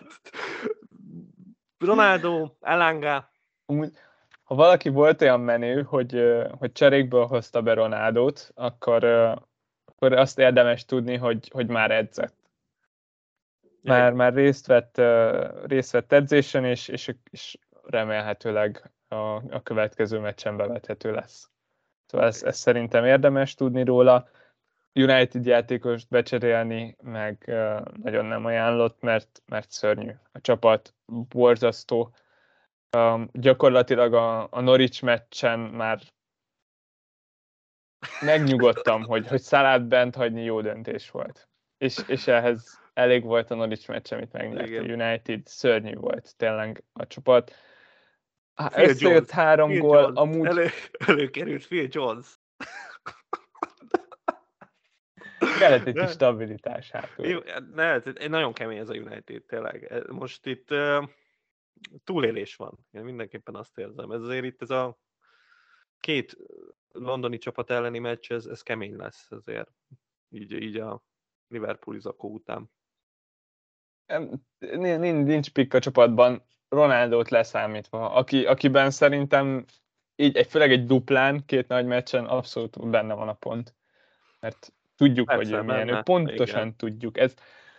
Ronaldo, Elanga. Ha valaki volt olyan menő, hogy cserékből hozta be Ronaldot, akkor azt érdemes tudni, hogy már edzett. Már részt vett edzésen, és remélhetőleg a következő meccsen bevethető lesz. Szóval ezt szerintem érdemes tudni róla. United játékost becserélni meg nagyon nem ajánlott, mert szörnyű. A csapat borzasztó. Gyakorlatilag a Norwich meccsen már megnyugodtam, hogy Salát bent hagyni jó döntés volt. És ehhez elég volt a Norwich meccs, amit megnyert a United. Szörnyű volt tényleg a csapat. Összejött 3 gól, amúgy... Előkerült Phil Jones. Kellett egy kis stabilitás hátul. Nagyon kemény ez a United, tényleg. Most itt túlélés van. Én mindenképpen azt érzem. Ez azért itt ez a 2 londoni csapat elleni meccs, ez kemény lesz azért. Így a Liverpooli zakó után. Nincs pikk a csapatban, Ronaldót leszámítva, akiben szerintem főleg egy duplán, 2 nagy meccsen abszolút benne van a pont. Mert tudjuk, persze, hogy ő milyen, ő pontosan igen. Tudjuk. Ez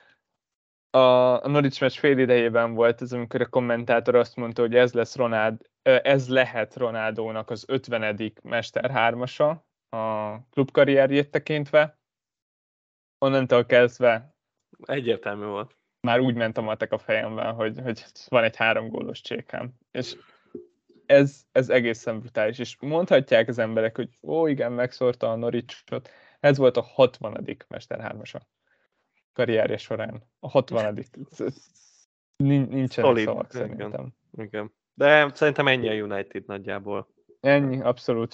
a Norwich meccs fél idejében volt ez, amikor a kommentátor azt mondta, hogy ez lehet Ronaldónak az 50. Mester 3-asa a klubkarrierjét tekintve. Onnantól kezdve egyértelmű volt. Már úgy ment a matek a fejemben, hogy van egy 3 gólos csékám. És ez egészen brutális. És mondhatják az emberek, hogy igen, megszórta a Norwichot. Ez volt a 60. Mester 3-asa karrierje során. A 60. Nincsenek szavak szerintem. Igen. De szerintem ennyi a United nagyjából. Ennyi, abszolút.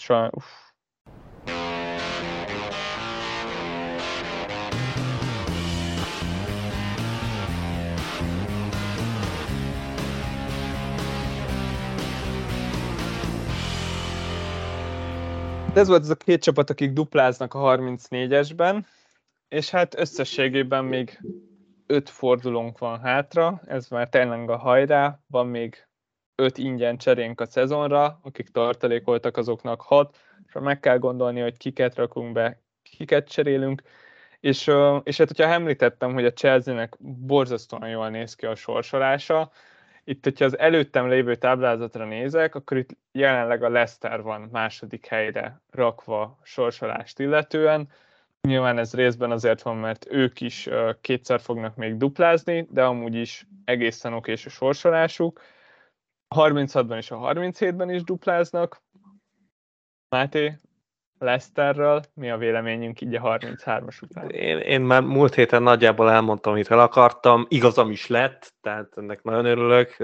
Ez volt az a 2 csapat, akik dupláznak a 34-esben, és hát összességében még 5 fordulónk van hátra, ez már tényleg a hajrá, van még 5 ingyen cserénk a szezonra, akik tartalékoltak, azoknak 6, és meg kell gondolni, hogy kiket rakunk be, kiket cserélünk, és hát hogyha említettem, hogy a Chelsea-nek borzasztóan jól néz ki a sorsolása, itt, hogyha az előttem lévő táblázatra nézek, akkor itt jelenleg a Leicester van második helyre rakva sorsolást illetően. Nyilván ez részben azért van, mert ők is 2-szer fognak még duplázni, de amúgy is egészen okés a sorsolásuk. A 36-ban és a 37-ben is dupláznak. Máté, Leicesterről mi a véleményünk így a 33-as után? Én már múlt héten nagyjából elmondtam, amit el akartam, igazam is lett, tehát ennek nagyon örülök.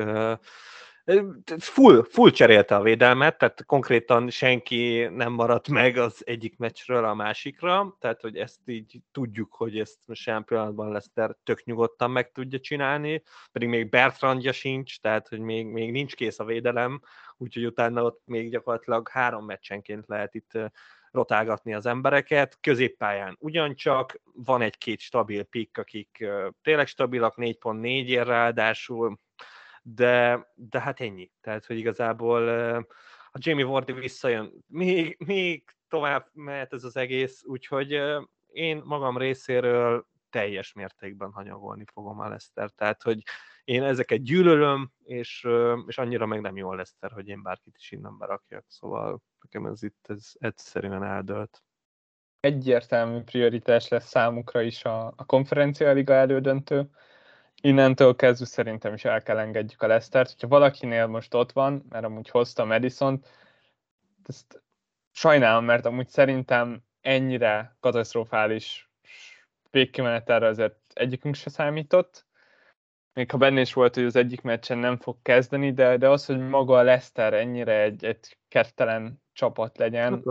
Full cserélte a védelmet, tehát konkrétan senki nem maradt meg az egyik meccsről a másikra, tehát hogy ezt így tudjuk, hogy ezt semmilyen pillanatban Leicester tök nyugodtan meg tudja csinálni, pedig még Bertrandja sincs, tehát hogy még nincs kész a védelem, úgyhogy utána ott még gyakorlatilag 3 meccsenként lehet itt rotálgatni az embereket, középpályán ugyancsak, van 1-2 stabil pick, akik tényleg stabilak, 4.4-ért ráadásul, de hát ennyi. Tehát, hogy igazából a Jamie Vardy visszajön, még tovább mehet ez az egész, úgyhogy én magam részéről teljes mértékben hanyagolni fogom a Leicester. Tehát, hogy én ezeket gyűlölöm, és annyira meg nem jó a Leicester, hogy én bárkit is innen berakjak. Szóval nekem ez egyszerűen eldölt. Egyértelmű prioritás lesz számukra is a konferencialiga elődöntő. Innentől kezdve szerintem is el kell engedjük a Leicestert. Ha valakinél most ott van, mert amúgy hozta Madisont, ezt sajnálom, mert amúgy szerintem ennyire katasztrofális végkimenetelre azért egyikünk se számított. Még ha benne is volt, hogy az egyik meccsen nem fog kezdeni, de az, hogy maga a Leicester ennyire egy kedvtelen csapat legyen,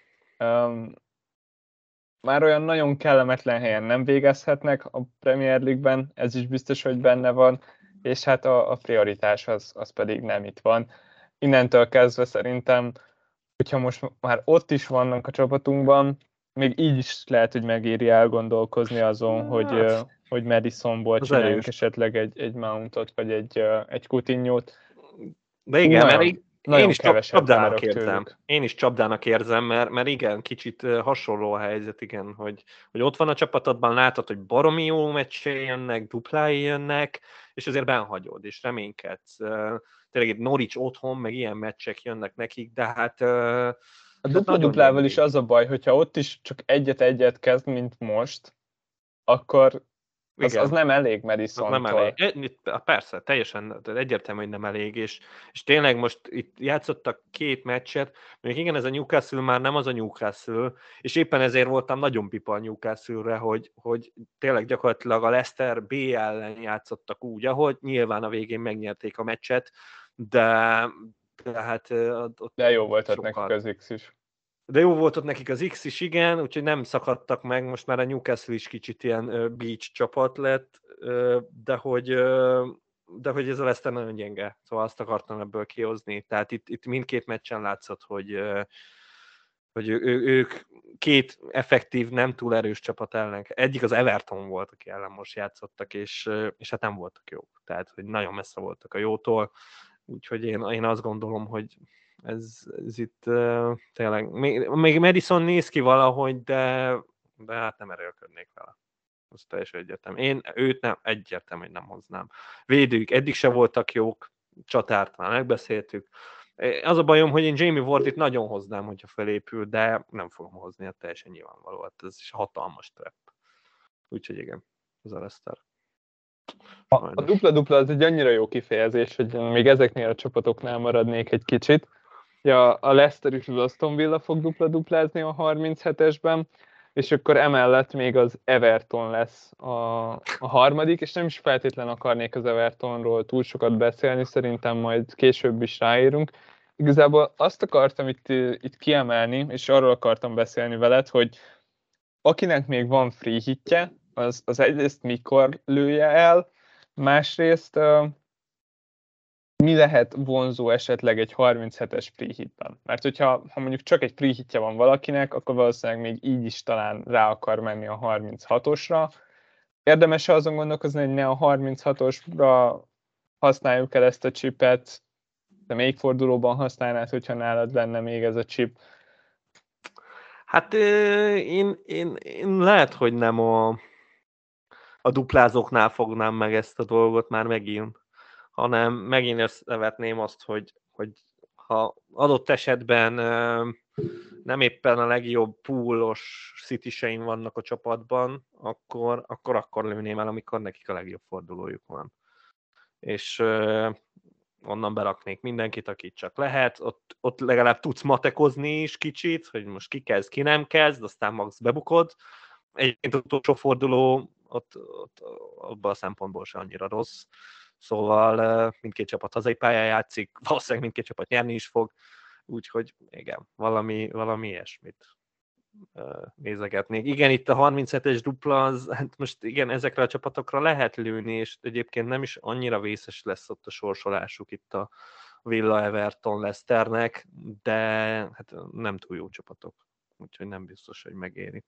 már olyan nagyon kellemetlen helyen nem végezhetnek a Premier League-ben, ez is biztos, hogy benne van, és hát a prioritás az pedig nem itt van. Innentől kezdve szerintem, hogyha most már ott is vannak a csapatunkban, még így is lehet, hogy megéri elgondolkozni azon, Hát, hogy Madisonból az csináljunk erős. esetleg egy Mountot, vagy egy Coutinho-t. De igen, mert Nagyon, én nagyon is keveset csapdának várok érzem. tőlük. Én is csapdának érzem, mert igen, kicsit hasonló a helyzet, igen, hogy ott van a csapatodban, látod, hogy baromi jó meccsei jönnek, duplái jönnek, és azért benhagyod, és reménykedsz. Tényleg itt Norwich otthon, meg ilyen meccsek jönnek nekik, de hát A ott nagyon dupla-duplával is gyengék. az a baj, hogyha ott is csak egyet-egyet kezd, mint most, akkor az Igen. nem elég Az nem elég. Madisontól. Persze, teljesen egyértelmű, hogy nem elég, és tényleg most itt játszottak 2 meccset, még igen, ez a Newcastle már nem az a Newcastle, és éppen ezért voltam nagyon pipa a Newcastle-re, hogy tényleg gyakorlatilag a Leicester B ellen játszottak úgy, ahogy nyilván a végén megnyerték a meccset, de hát De jó ott volt ott nekik sokkal. az X is. De jó volt ott nekik az X is, igen, úgyhogy nem szakadtak meg, most már a Newcastle is kicsit ilyen beach csapat lett, de hogy ez a Leicester nagyon gyenge, szóval azt akartam ebből kihozni. Tehát itt mindkét meccsen látszott, hogy ők 2 effektív, nem túl erős csapat ellen. Egyik az Everton volt, aki ellen most játszottak, és hát nem voltak jók. Tehát, hogy nagyon messze voltak a jótól, úgyhogy én azt gondolom, hogy ez itt tényleg, még Madison néz ki valahogy, de hát nem erőlködnék vele. Az teljesen egyértelmű. Én őt nem, egyértelmű, hogy nem hoznám. Védők eddig se voltak jók, csatárt már megbeszéltük. Az a bajom, hogy én Jamie Wardit nagyon hoznám, hogyha felépül, de nem fogom hozni, hát teljesen nyilvánvaló. Hát ez is hatalmas trap. Úgyhogy igen, ez a Leicester. A Sajnos. dupla-dupla az egy annyira jó kifejezés, hogy még ezeknél a csapatoknál maradnék egy kicsit. Ja, a Leicester és az Aston Villa fog dupla-duplázni a 37-esben, és akkor emellett még az Everton lesz a harmadik, és nem is feltétlen akarnék az Evertonról túl sokat beszélni, szerintem majd később is ráérünk. Igazából azt akartam itt kiemelni, és arról akartam beszélni veled, hogy akinek még van free hitje, az egyrészt mikor lője el, másrészt mi lehet vonzó esetleg egy 37-es free hitben. Mert hogyha mondjuk csak egy free hitje van valakinek, akkor valószínűleg még így is talán rá akar menni a 36-osra. Érdemes azon gondolkozni, hogy ne a 36-osra használjuk el ezt a chipet, de még fordulóban használnád, hogyha nálad lenne még ez a chip. Hát én lehet, hogy nem a duplázóknál fognám meg ezt a dolgot már megint, hanem megint összevetném azt, hogy ha adott esetben nem éppen a legjobb poolos citiseim vannak a csapatban, akkor lőném el, amikor nekik a legjobb fordulójuk van. És onnan beraknék mindenkit, akit csak lehet, ott legalább tudsz matekozni is kicsit, hogy most ki kezd, ki nem kezd, aztán max bebukod. Egyébként az utolsó forduló ott abban a szempontból se annyira rossz. Szóval mindkét csapat hazai pályán játszik, valószínűleg mindkét csapat nyerni is fog, úgyhogy igen, valami ilyesmit nézegetnék. Igen, itt a 37-es dupla, hát most igen, ezekre a csapatokra lehet lőni, és egyébként nem is annyira vészes lesz ott a sorsolásuk itt a Villa, Everton, Leicesternek, de hát nem túl jó csapatok, úgyhogy nem biztos, hogy megéri.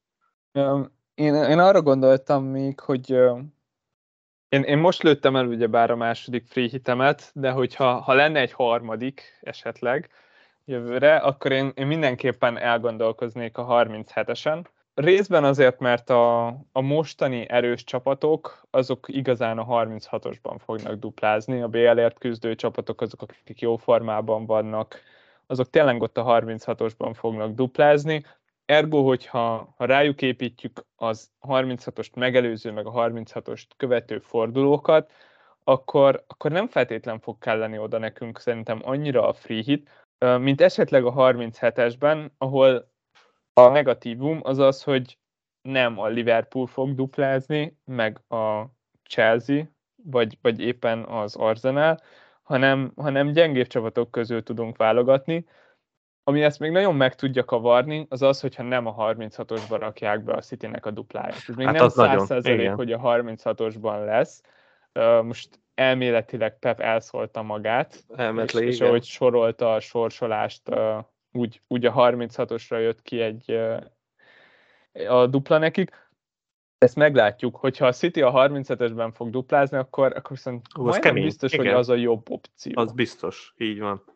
Én arra gondoltam még, hogy én most lőttem el ugyebár a második free hitemet, de hogyha lenne egy harmadik esetleg jövőre, akkor én mindenképpen elgondolkoznék a 37-esen. Részben azért, mert a mostani erős csapatok, azok igazán a 36-osban fognak duplázni, a BL-ért küzdő csapatok, azok, akik jó formában vannak, azok tényleg ott a 36-osban fognak duplázni. Ergo, hogyha rájuk építjük az 36-ost megelőző, meg a 36-ost követő fordulókat, akkor nem feltétlen fog kelleni oda nekünk szerintem annyira a free hit, mint esetleg a 37-esben, ahol a negatívum az az, hogy nem a Liverpool fog duplázni, meg a Chelsea, vagy éppen az Arsenal, hanem gyengébb csapatok közül tudunk válogatni. Ami ezt még nagyon meg tudja kavarni, az az, hogyha nem a 36-osban rakják be a Citynek a dupláját. Ez még Hát nem az nagyon, 100%, igen. hogy a 36-osban lesz. Most elméletileg Pep elszólta magát, Elmetli, és ahogy igen. sorolta a sorsolást, úgy a 36-osra jött ki egy a dupla nekik. Ezt meglátjuk, hogyha a City a 37-esben fog duplázni, akkor viszont Az majdnem kemény. biztos, hogy Igen, az a jobb opció. az biztos. Így van.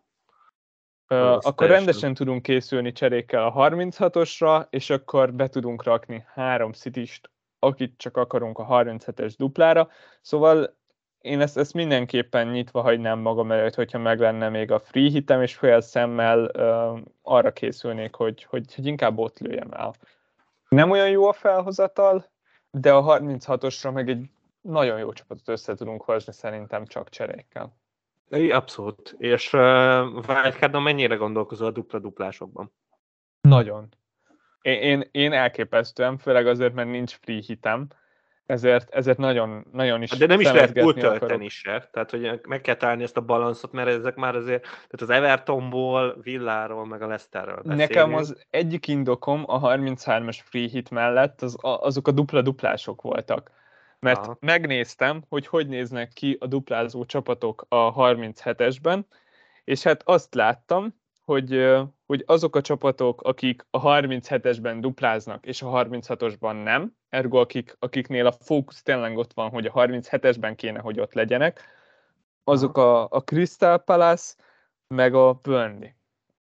Az Akkor teljesen. rendesen tudunk készülni cserékkel a 36-osra, és akkor be tudunk rakni 3 City-st, akit csak akarunk a 37-es duplára. Szóval én ezt mindenképpen nyitva hagynám magam előtt, hogyha meg lenne még a free hitem, és fél szemmel arra készülnék, hogy inkább ott lőjem el. Nem olyan jó a felhozatal, de a 36-osra meg egy nagyon jó csapatot össze tudunk hozni szerintem csak cserékkel. Abszolút. És Wildcardon mennyire gondolkozol a dupla-duplásokban? Nagyon. Én elképesztően, főleg azért, mert nincs free hitem, ezért nagyon, nagyon is De nem is lehet szemezgetni túltölteni akarok. se, tehát hogy meg kell találni ezt a balanszot, mert ezek már azért, tehát az Evertonból, Villáról, meg a Leicesterről Nekem beszélünk. az egyik indokom a 33-as free hit mellett azok a dupla-duplások voltak. Mert Aha. megnéztem, hogy néznek ki a duplázó csapatok a 37-esben, és hát azt láttam, hogy azok a csapatok, akik a 37-esben dupláznak, és a 36-osban nem, ergo akiknél a fókusz tényleg ott van, hogy a 37-esben kéne, hogy ott legyenek, azok a Crystal Palace, meg a Burnley.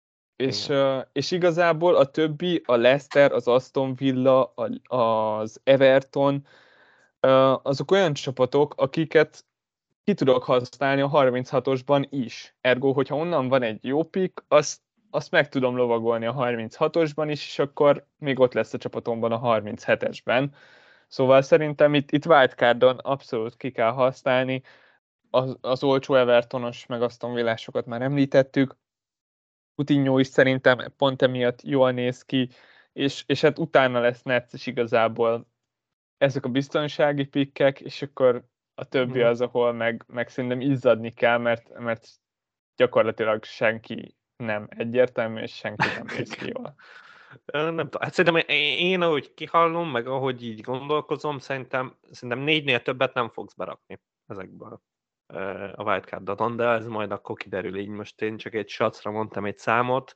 És igazából a többi, a Leicester, az Aston Villa, az Everton, azok olyan csapatok, akiket ki tudok használni a 36-osban is. Ergo, hogyha onnan van egy jó pick, azt meg tudom lovagolni a 36-osban is, és akkor még ott lesz a csapatomban a 37-esben. Szóval szerintem itt wildcardon abszolút ki kell használni. Az olcsó Evertonos, meg Aston Villásokat már említettük. Coutinho is szerintem pont emiatt jól néz ki, és hát utána lesz necces igazából ezek a biztonsági pikkek, és akkor a többi az, ahol meg szerintem izzadni kell, mert gyakorlatilag senki nem egyértelmű, és senki nem néz ki jól. Nem tudom, hát szerintem én ahogy kihallom, meg ahogy így gondolkozom, szerintem 4-nél többet nem fogsz berakni ezekből a wildcard-on, de ez majd akkor kiderül, így most én csak egy sacra mondtam egy számot.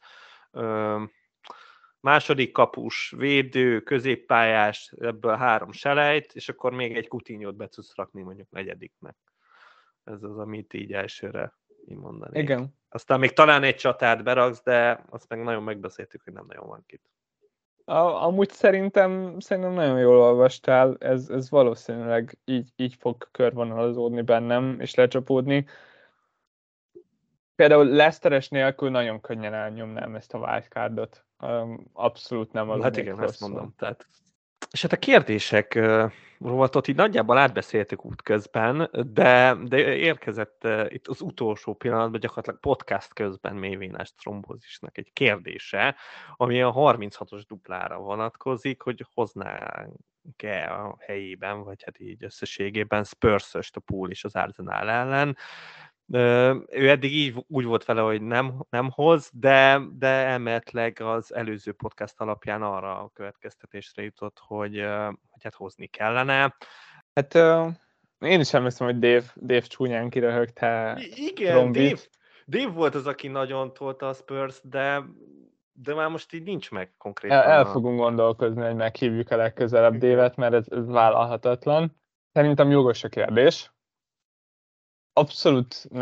Második kapus, védő, középpályás, ebből 3 selejt, és akkor még egy Coutinho-t be tudsz rakni mondjuk negyediknek. Ez az, amit így elsőre így mondanék. Igen. Aztán még talán egy csatát beraksz, de azt meg nagyon megbeszéltük, hogy nem nagyon van kit. Amúgy szerintem nagyon jól olvastál, ez valószínűleg így fog körvonalazódni bennem, és lecsapódni. Például Leicesteres nélkül nagyon könnyen elnyomnám ezt a wildcardot. Abszolút nem Hát alunék igen, ezt rosszul. mondom. Tehát. És hát a kérdések rovatot így nagyjából átbeszéltük útközben, de érkezett itt az utolsó pillanatban, gyakorlatilag podcast közben Mévényes Trombózisnak egy kérdése, ami a 36-os duplára vonatkozik, hogy hoznánk-e a helyében, vagy hát így összességében Spurs-öst a Pool és az Arsenal ellen. Ő eddig így úgy volt vele, hogy nem hoz, de elméletileg az előző podcast alapján arra a következtetésre jutott, hogy hát hozni kellene. Hát én is emlékszem, hogy Dave csúnyán kiröhögte Igen, Trombit. Dave volt az, aki nagyon tolta a Spurs, de már most így nincs meg konkrétan. El fogunk gondolkozni, hogy meghívjuk a legközelebb Dave-et, mert ez vállalhatatlan. Szerintem jogos a kérdés. Abszolút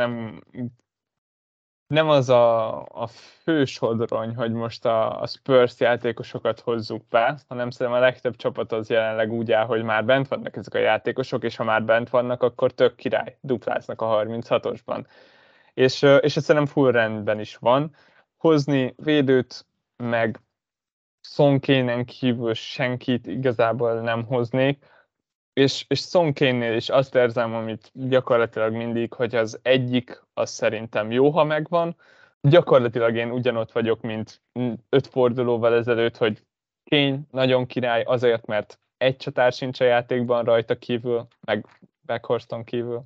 nem az a fő sodrony, hogy most a Spurs játékosokat hozzuk be, hanem szerintem a legtöbb csapat az jelenleg úgy áll, hogy már bent vannak ezek a játékosok, és ha már bent vannak, akkor tök király, dupláznak a 36-osban. És ez szerintem full rendben is van. Hozni védőt, meg Son Kane-en kívül senkit igazából nem hoznék, és Son Kane-nél is azt érzem, amit gyakorlatilag mindig, hogy az egyik, az szerintem jó, ha megvan. Gyakorlatilag én ugyanott vagyok, mint 5 fordulóval ezelőtt, hogy Kane nagyon király azért, mert egy csatár sincs a játékban rajta kívül, meg Weghorsten kívül.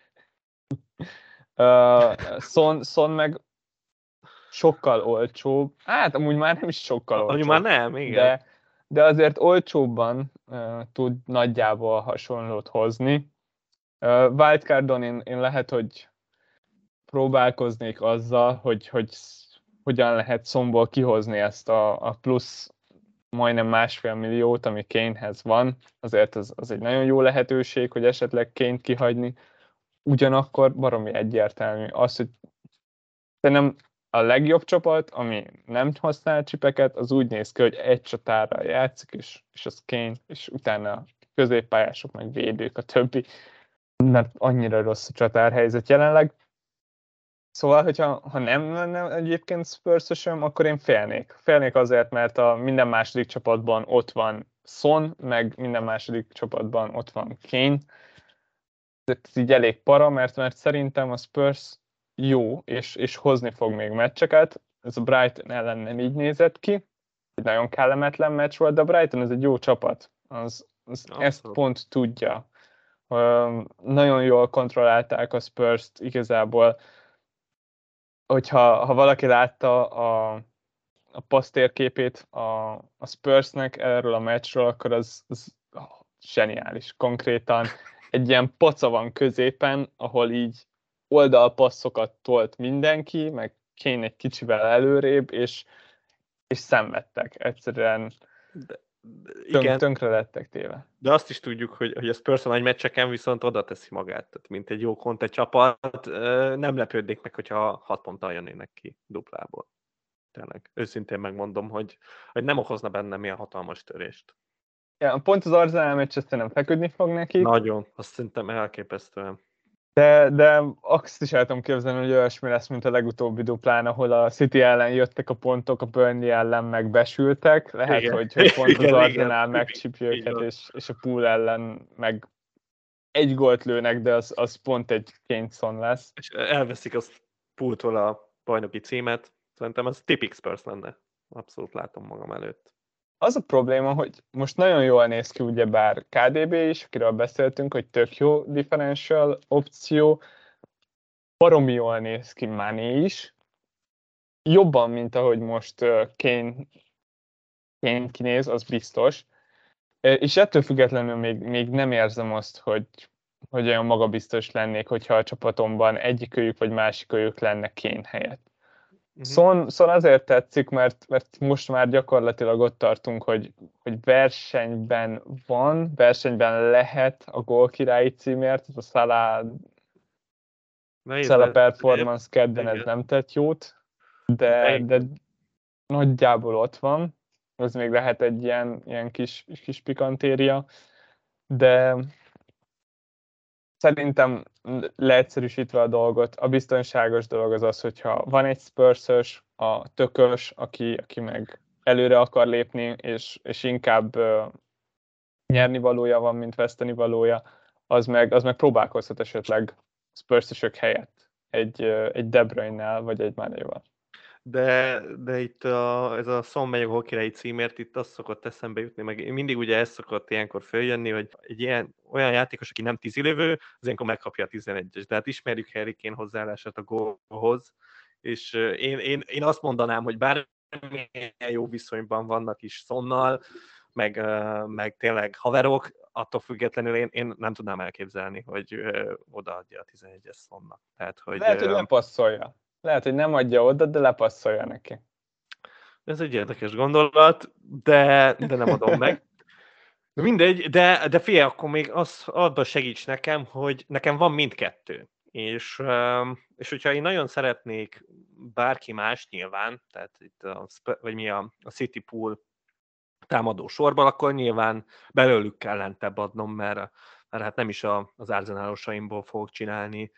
Son meg sokkal olcsóbb, hát amúgy már nem is sokkal olcsóbb, Már nem, igen. de azért olcsóbban tud nagyjából hasonlót hozni. Wildcardon én lehet, hogy próbálkoznék azzal, hogy hogyan lehet Sonból kihozni ezt a plusz majdnem 1,5 milliót, ami Kanehez van, azért az egy nagyon jó lehetőség, hogy esetleg Kane-t kihagyni. Ugyanakkor baromi egyértelmű az, hogy szerintem a legjobb csapat, ami nem használ csipeket, az úgy néz ki, hogy egy csatárral játszik, és az Kane, és utána középpályások, meg védők, a többi. Mert annyira rossz a csatárhelyzet jelenleg. Szóval, ha nem lenne egyébként Spurs-ösöm, akkor én félnék. Félnék azért, mert a minden második csapatban ott van Son, meg minden második csapatban ott van Kane. Ez így elég para, mert szerintem a Spurs jó, és hozni fog még meccseket. Ez a Brighton ellen nem így nézett ki. Egy nagyon kellemetlen meccs volt, de a Brighton ez egy jó csapat. Az ezt pont tudja. Nagyon jól kontrollálták a Spurs-t igazából. Ha valaki látta a passztérképét a Spursnek erről a meccsről, akkor az zseniális. Konkrétan egy ilyen paca van középen, ahol így oldalpasszokat tolt mindenki, meg Kane egy kicsivel előrébb, és szenvedtek. Egyszerűen tönkre lettek téve. De azt is tudjuk, hogy a Spurs a nagy meccseken viszont oda teszi magát. Tehát, mint egy jó Conte csapat, nem lepődnék meg, hogyha 6 ponttal jönnének ki duplából. Tényleg. Őszintén megmondom, hogy nem okozna bennem ilyen hatalmas törést. Ja, pont az Arsenal meccs nem feküdni fog nekik. Nagyon, azt szerintem elképesztően. De azt is el tudom képzelni, hogy olyasmi lesz, mint a legutóbbi duplán, ahol a City ellen jöttek a pontok, a Burnley ellen meg besültek. Lehet, igen. hogy pont igen, az Arsenal megcsípje őket, és a Pool ellen meg egy gólt lőnek, de az pont egy Kane-Son lesz. És elveszik a Pooltól a bajnoki címet. Szerintem az tipik Spurs lenne. Abszolút látom magam előtt. Az a probléma, hogy most nagyon jól néz ki ugyebár KDB is, akiről beszéltünk, hogy tök jó differential opció, baromi jól néz ki Mané is, jobban, mint ahogy most Kane kinéz, az biztos, és ettől függetlenül még nem érzem azt, hogy olyan magabiztos lennék, hogyha a csapatomban egyikőjük vagy másikőjük lenne Kane helyett. Son azért tetszik, mert most már gyakorlatilag ott tartunk, hogy versenyben lehet a gólkirályi címért, ez a Salah performance kedden ez nem tett jót, de nagyjából ott van, ez még lehet egy ilyen kis pikantéria, de szerintem leegyszerűsítve a dolgot, a biztonságos dolog az, hogyha van egy Spurs-ös, a tökös, aki meg előre akar lépni, és inkább nyerni valója van, mint veszteni valója, az meg próbálkozhat esetleg Spurs-ösök helyett egy De Bruyne-nel, vagy egy Mané-val. De itt ez a Son megy a gólkirályi címért, itt az szokott eszembe jutni, meg mindig ugye ez szokott ilyenkor följönni, hogy egy olyan játékos, aki nem tízilövő, az ilyenkor megkapja a 11-es. De hát ismerjük Harry Kane hozzáállását a gólhoz, és én azt mondanám, hogy bármilyen jó viszonyban vannak is Sonnal, meg tényleg haverok, attól függetlenül én nem tudnám elképzelni, hogy odaadja a 11-es Sonnak. Tehát, hogy, lehet, hogy lepasszolja. Lehet, hogy nem adja oda, de lepasszolja neki. Ez egy érdekes gondolat, de nem adom meg. Mindegy, de figyelj, akkor még abban segíts nekem, hogy nekem van mindkettő. És hogyha én nagyon szeretnék bárki más nyilván, tehát itt a City Pool támadó sorban, akkor nyilván belőlük kell lentebb adnom, mert hát nem is az Arsenálosaimból fogok csinálni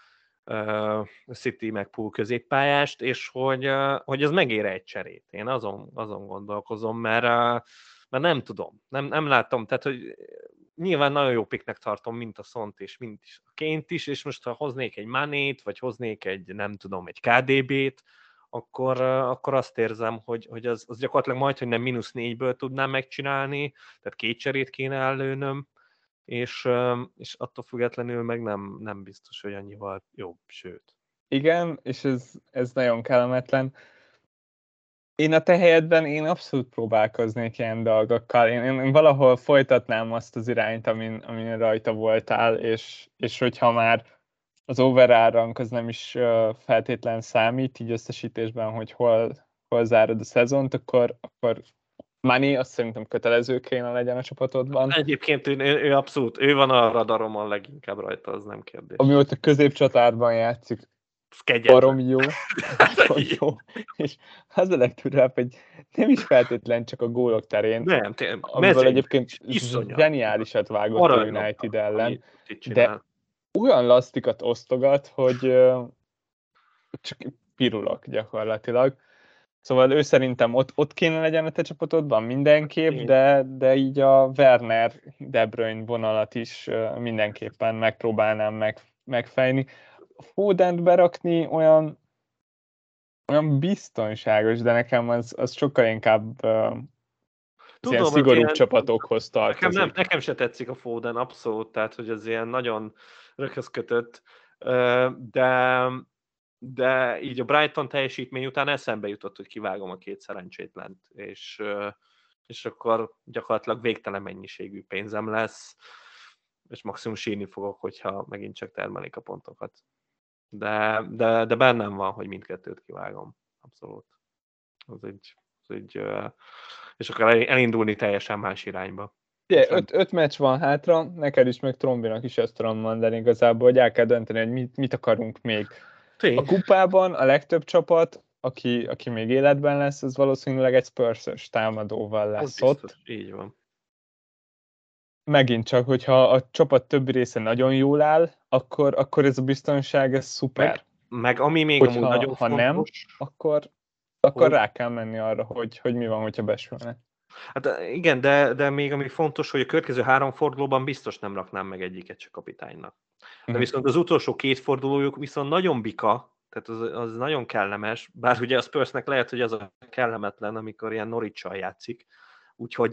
City meg Pool középpályást, és hogy ez megér egy cserét. Én azon gondolkozom, mert nem tudom, nem látom, tehát hogy nyilván nagyon jó piknek tartom, mint a Sont és mint a Kane-t is, és most ha hoznék egy Manét, vagy hoznék egy, nem tudom, egy KDB-t, akkor azt érzem, hogy az gyakorlatilag majd, hogy nem -4-ből tudnám megcsinálni, tehát 2 cserét kéne ellőnöm, és attól függetlenül meg nem biztos, hogy annyival jobb, sőt. Igen, és ez nagyon kellemetlen. Én a te helyedben abszolút próbálkoznék ilyen dolgokkal. Én valahol folytatnám azt az irányt, amin rajta voltál, és hogyha már az overárrank az nem is feltétlen számít, így összesítésben, hogy hol zárod a szezont, akkor Mani azt szerintem kötelező kéne legyen a csapatodban. Egyébként ő abszolút, ő van a radaromon leginkább rajta, az nem kérdés. Amióta középcsatárban játszik, barom jó, nagyon jó, és az a legdurvább, hogy nem is feltétlen csak a gólok terén, Nem, amiből egyébként iszonyat. zseniálisat vágott a United ellen, de olyan lasztikat osztogat, hogy csak pirulok gyakorlatilag. Szóval ő szerintem ott kéne legyen a te csapatodban mindenképp, de így a Werner De Bruyne vonalat is mindenképpen megpróbálnám megfejni. A Fodent berakni olyan biztonságos, de nekem az sokkal inkább ilyen szigorúbb csapatokhoz tartozik. Nekem se tetszik a Foden, abszolút, tehát hogy az ilyen nagyon röghözkötött, de így a Brighton teljesítmény után eszembe jutott, hogy kivágom a két szerencsétlent, és akkor gyakorlatilag végtelen mennyiségű pénzem lesz, és maximum sírni fogok, hogyha megint csak termelik a pontokat. De bennem van, hogy mindkettőt kivágom. Abszolút. Az egy, és akkor elindulni teljesen más irányba. Ugye, 5 meccs van hátra, neked is, meg Trombinak is ezt tudom mondani igazából, hogy el kell dönteni, hogy mit akarunk még. A kupában a legtöbb csapat, aki még életben lesz, az valószínűleg egy Spurs-ös támadóval lesz ott. Így van. Megint csak, hogyha a csapat többi része nagyon jól áll, akkor ez a biztonság, ez szuper. Meg ami még amúgy nagyon fontos. Nem, akkor rá kell menni arra, hogy mi van, hogyha besülnek. Hát igen, de még ami fontos, hogy a következő 3 fordulóban biztos nem raknám meg egyiket se kapitánynak. De viszont az utolsó 2 fordulójuk viszont nagyon bika, tehát az nagyon kellemes, bár ugye a Spursnek lehet, hogy az a kellemetlen, amikor ilyen Norwich-sal játszik. Úgyhogy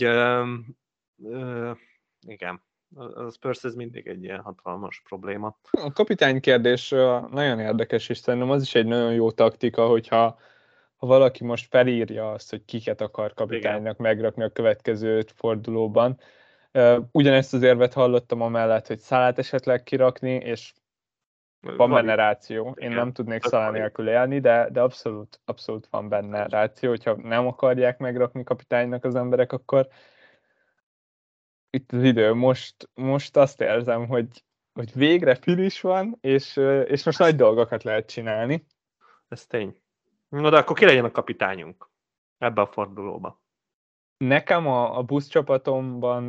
igen, a Spurs ez mindig egy ilyen hatalmas probléma. A kapitány kérdés nagyon érdekes, és szerintem az is egy nagyon jó taktika, hogyha valaki most felírja azt, hogy kiket akar kapitánynak megrakni a következő fordulóban. Ugyanezt az érvet hallottam amellett, hogy Salát esetleg kirakni, és van benne ráció. Én nem tudnék Salah nélkül élni, de abszolút van benne ráció, hogyha nem akarják megrakni kapitánynak az emberek, akkor itt az idő. Most azt érzem, hogy végre finish van, és most nagy dolgokat lehet csinálni. Ez tény. Na de akkor ki legyen a kapitányunk ebbe a fordulóba? Nekem a buszcsapatomban,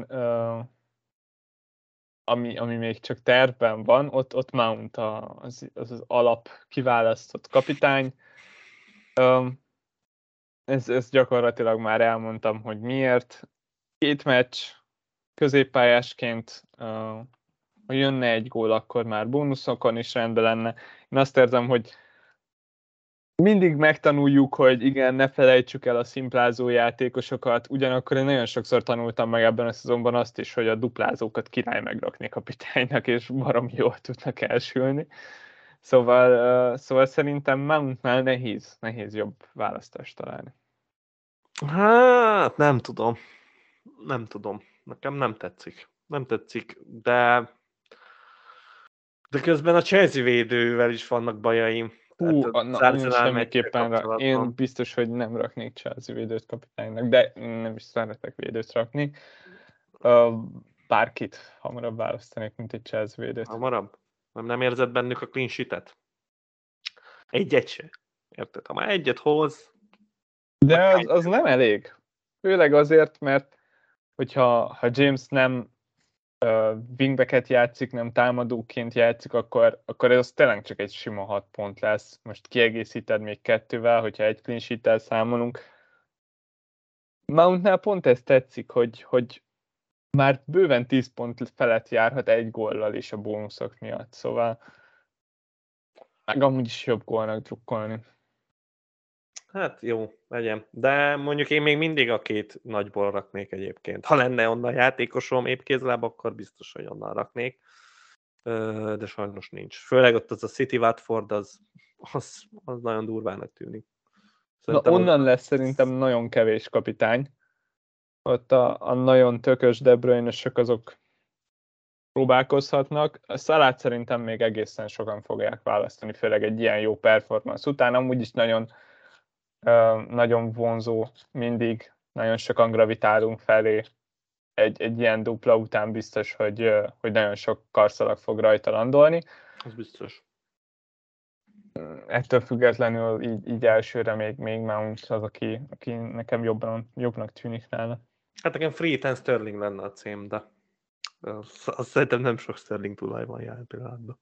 ami még csak tervben van, ott Mount az alap kiválasztott kapitány. Ez gyakorlatilag már elmondtam, hogy miért. 2 meccs középpályásként, ha jönne egy gól, akkor már bónuszokon is rendben lenne. Én azt érzem, hogy mindig megtanuljuk, hogy igen, ne felejtsük el a szimplázó játékosokat, ugyanakkor én nagyon sokszor tanultam meg ebben a szezonban azt is, hogy a duplázókat király megrakni kapitánynak, és baromi jól tudnak elsülni. Szóval szerintem Mountnál nehéz jobb választást találni. Hát nem tudom. Nekem nem tetszik, de közben a Chelsea védővel is vannak bajaim. Semmiképpen én biztos, hogy nem raknék Chelsea védőt kapitánynak, de nem is szeretek védőt rakni. Bárkit hamarabb választanék, mint egy Chelsea védőt. Hamarabb? Nem érzed bennük a clean sheet-et? Egyet se. Érted? Ha már egyet hoz... De az nem elég. Főleg azért, mert hogyha James nem wingbacket játszik, nem támadóként játszik, akkor ez tényleg csak egy sima 6 pont lesz. Most kiegészíted még 2-vel, hogyha egy clean sheet-tel számolunk. Mountnál pont ez tetszik, hogy már bőven 10 pont felett járhat egy góllal is a bónuszok miatt, szóval meg amúgy is jobb gólnak drukkolni. Hát jó, legyen. De mondjuk én még mindig a 2 nagyból raknék egyébként. Ha lenne onnan játékosom épp kézláb, akkor biztos, hogy onnan raknék. De sajnos nincs. Főleg ott az a City Watford, az nagyon durvának tűnik. Szerintem onnan lesz szerintem nagyon kevés kapitány. Ott a nagyon tökös De Bruyne-ösök azok próbálkozhatnak. A Salát szerintem még egészen sokan fogják választani, főleg egy ilyen jó performance után. Amúgy is nagyon vonzó mindig nagyon sokan gravitálunk felé. Egy ilyen dupla után biztos, hogy nagyon sok karszalag fog rajta landolni. Az biztos. Ettől függetlenül így elsőre még Mount az, aki nekem jobbnak tűnik nála. Hát nekem Free Sterling lenne a cím, de azt szerintem nem sok Sterling tulaj van jelen pillanatban.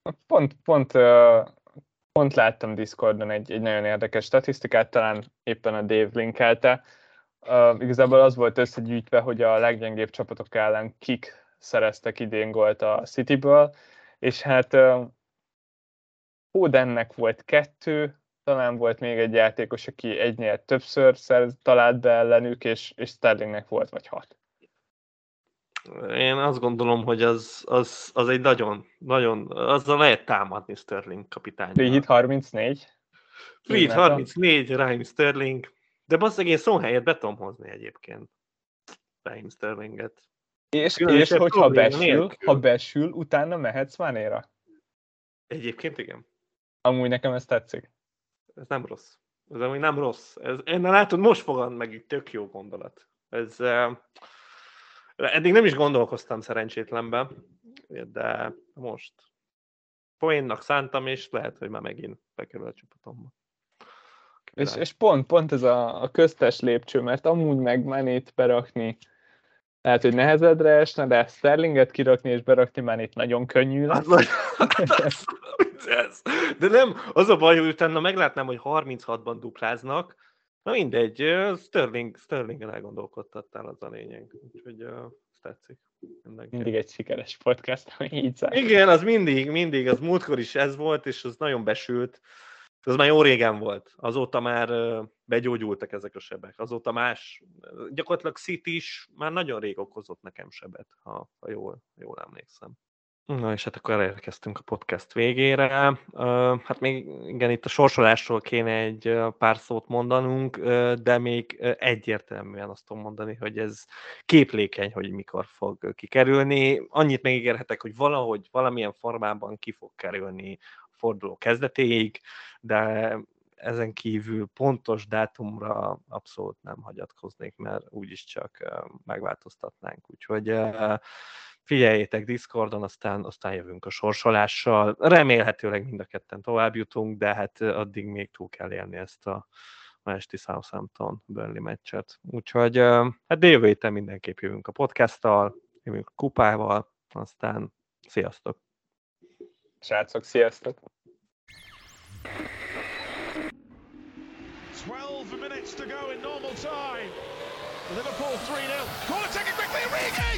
Pont láttam Discordon egy nagyon érdekes statisztikát, talán éppen a Dave linkelte. Igazából az volt összegyűjtve, hogy a leggyengébb csapatok ellen kik szereztek idén gólt a Cityből, és hát Fodennek volt 2, talán volt még egy játékos, aki egynél többször talált be ellenük, és Sterlingnek volt vagy 6. Én azt gondolom, hogy az egy nagyon, azzal lehet támadni Sterling kapitánnyal. Free hit 34. Free hit 34, Raheem Sterling. De basszeg, én Son helyett be tudom hozni egyébként Raheem Sterlinget. És hogyha besül, utána mehetsz Manéra. Egyébként igen. Amúgy nekem ez tetszik. Ez nem rossz. Ez amúgy nem rossz. Látod, most fogad meg egy tök jó gondolat. Eddig nem is gondolkoztam szerencsétlenben, de most poénnak szántam, és lehet, hogy már megint bekerül a csapatomba. És pont ez a köztes lépcső, mert amúgy meg Manét berakni, lehet, hogy nehezedre esne, de Sterlinget kirakni és berakni Manét nagyon könnyű lesz. De nem, az a baj, hogy utána meglátnám, hogy 36-ban dupláznak, na mindegy, Sterlingen elgondolkodtattál, az a lényeg, úgyhogy tetszik. Mindig egy sikeres podcast, ami így zár. Igen, az mindig, az múltkor is ez volt, és az nagyon besült. Az már jó régen volt. Azóta már begyógyultak ezek a sebek. Azóta más, gyakorlatilag City is már nagyon rég okozott nekem sebet, ha jól emlékszem. Na és hát akkor elérkeztünk a podcast végére. Hát még igen, itt a sorsolásról kéne egy pár szót mondanunk, de még egyértelműen azt tudom mondani, hogy ez képlékeny, hogy mikor fog kikerülni. Annyit megígérhetek, hogy valahogy, valamilyen formában ki fog kerülni a forduló kezdetéig, de ezen kívül pontos dátumra abszolút nem hagyatkoznék, mert úgyis csak megváltoztatnánk. Úgyhogy figyeljétek Discordon, aztán jövünk a sorsolással. Remélhetőleg mind a ketten tovább jutunk, de hát addig még túl kell élni ezt a ma esti Southampton Burnley meccset. Úgyhogy hát jövő héten mindenképp jövünk a podcasttal, jövünk a kupával, aztán sziasztok! Srácok, sziasztok! 12 minutes to go in normal time. Liverpool 3-0. Corner taken quickly, Origi!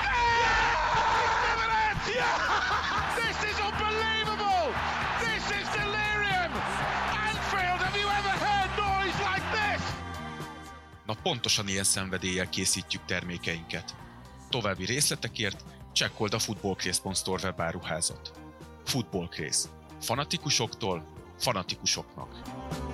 Yeah! This is unbelievable! This is delirium! Anfield, have you ever heard noise like this? Na pontosan ilyen szenvedéllyel készítjük termékeinket. További részletekért csekkold a footballcraze.store webáruházat. Footballcraze. Fanatikusoktól fanatikusoknak.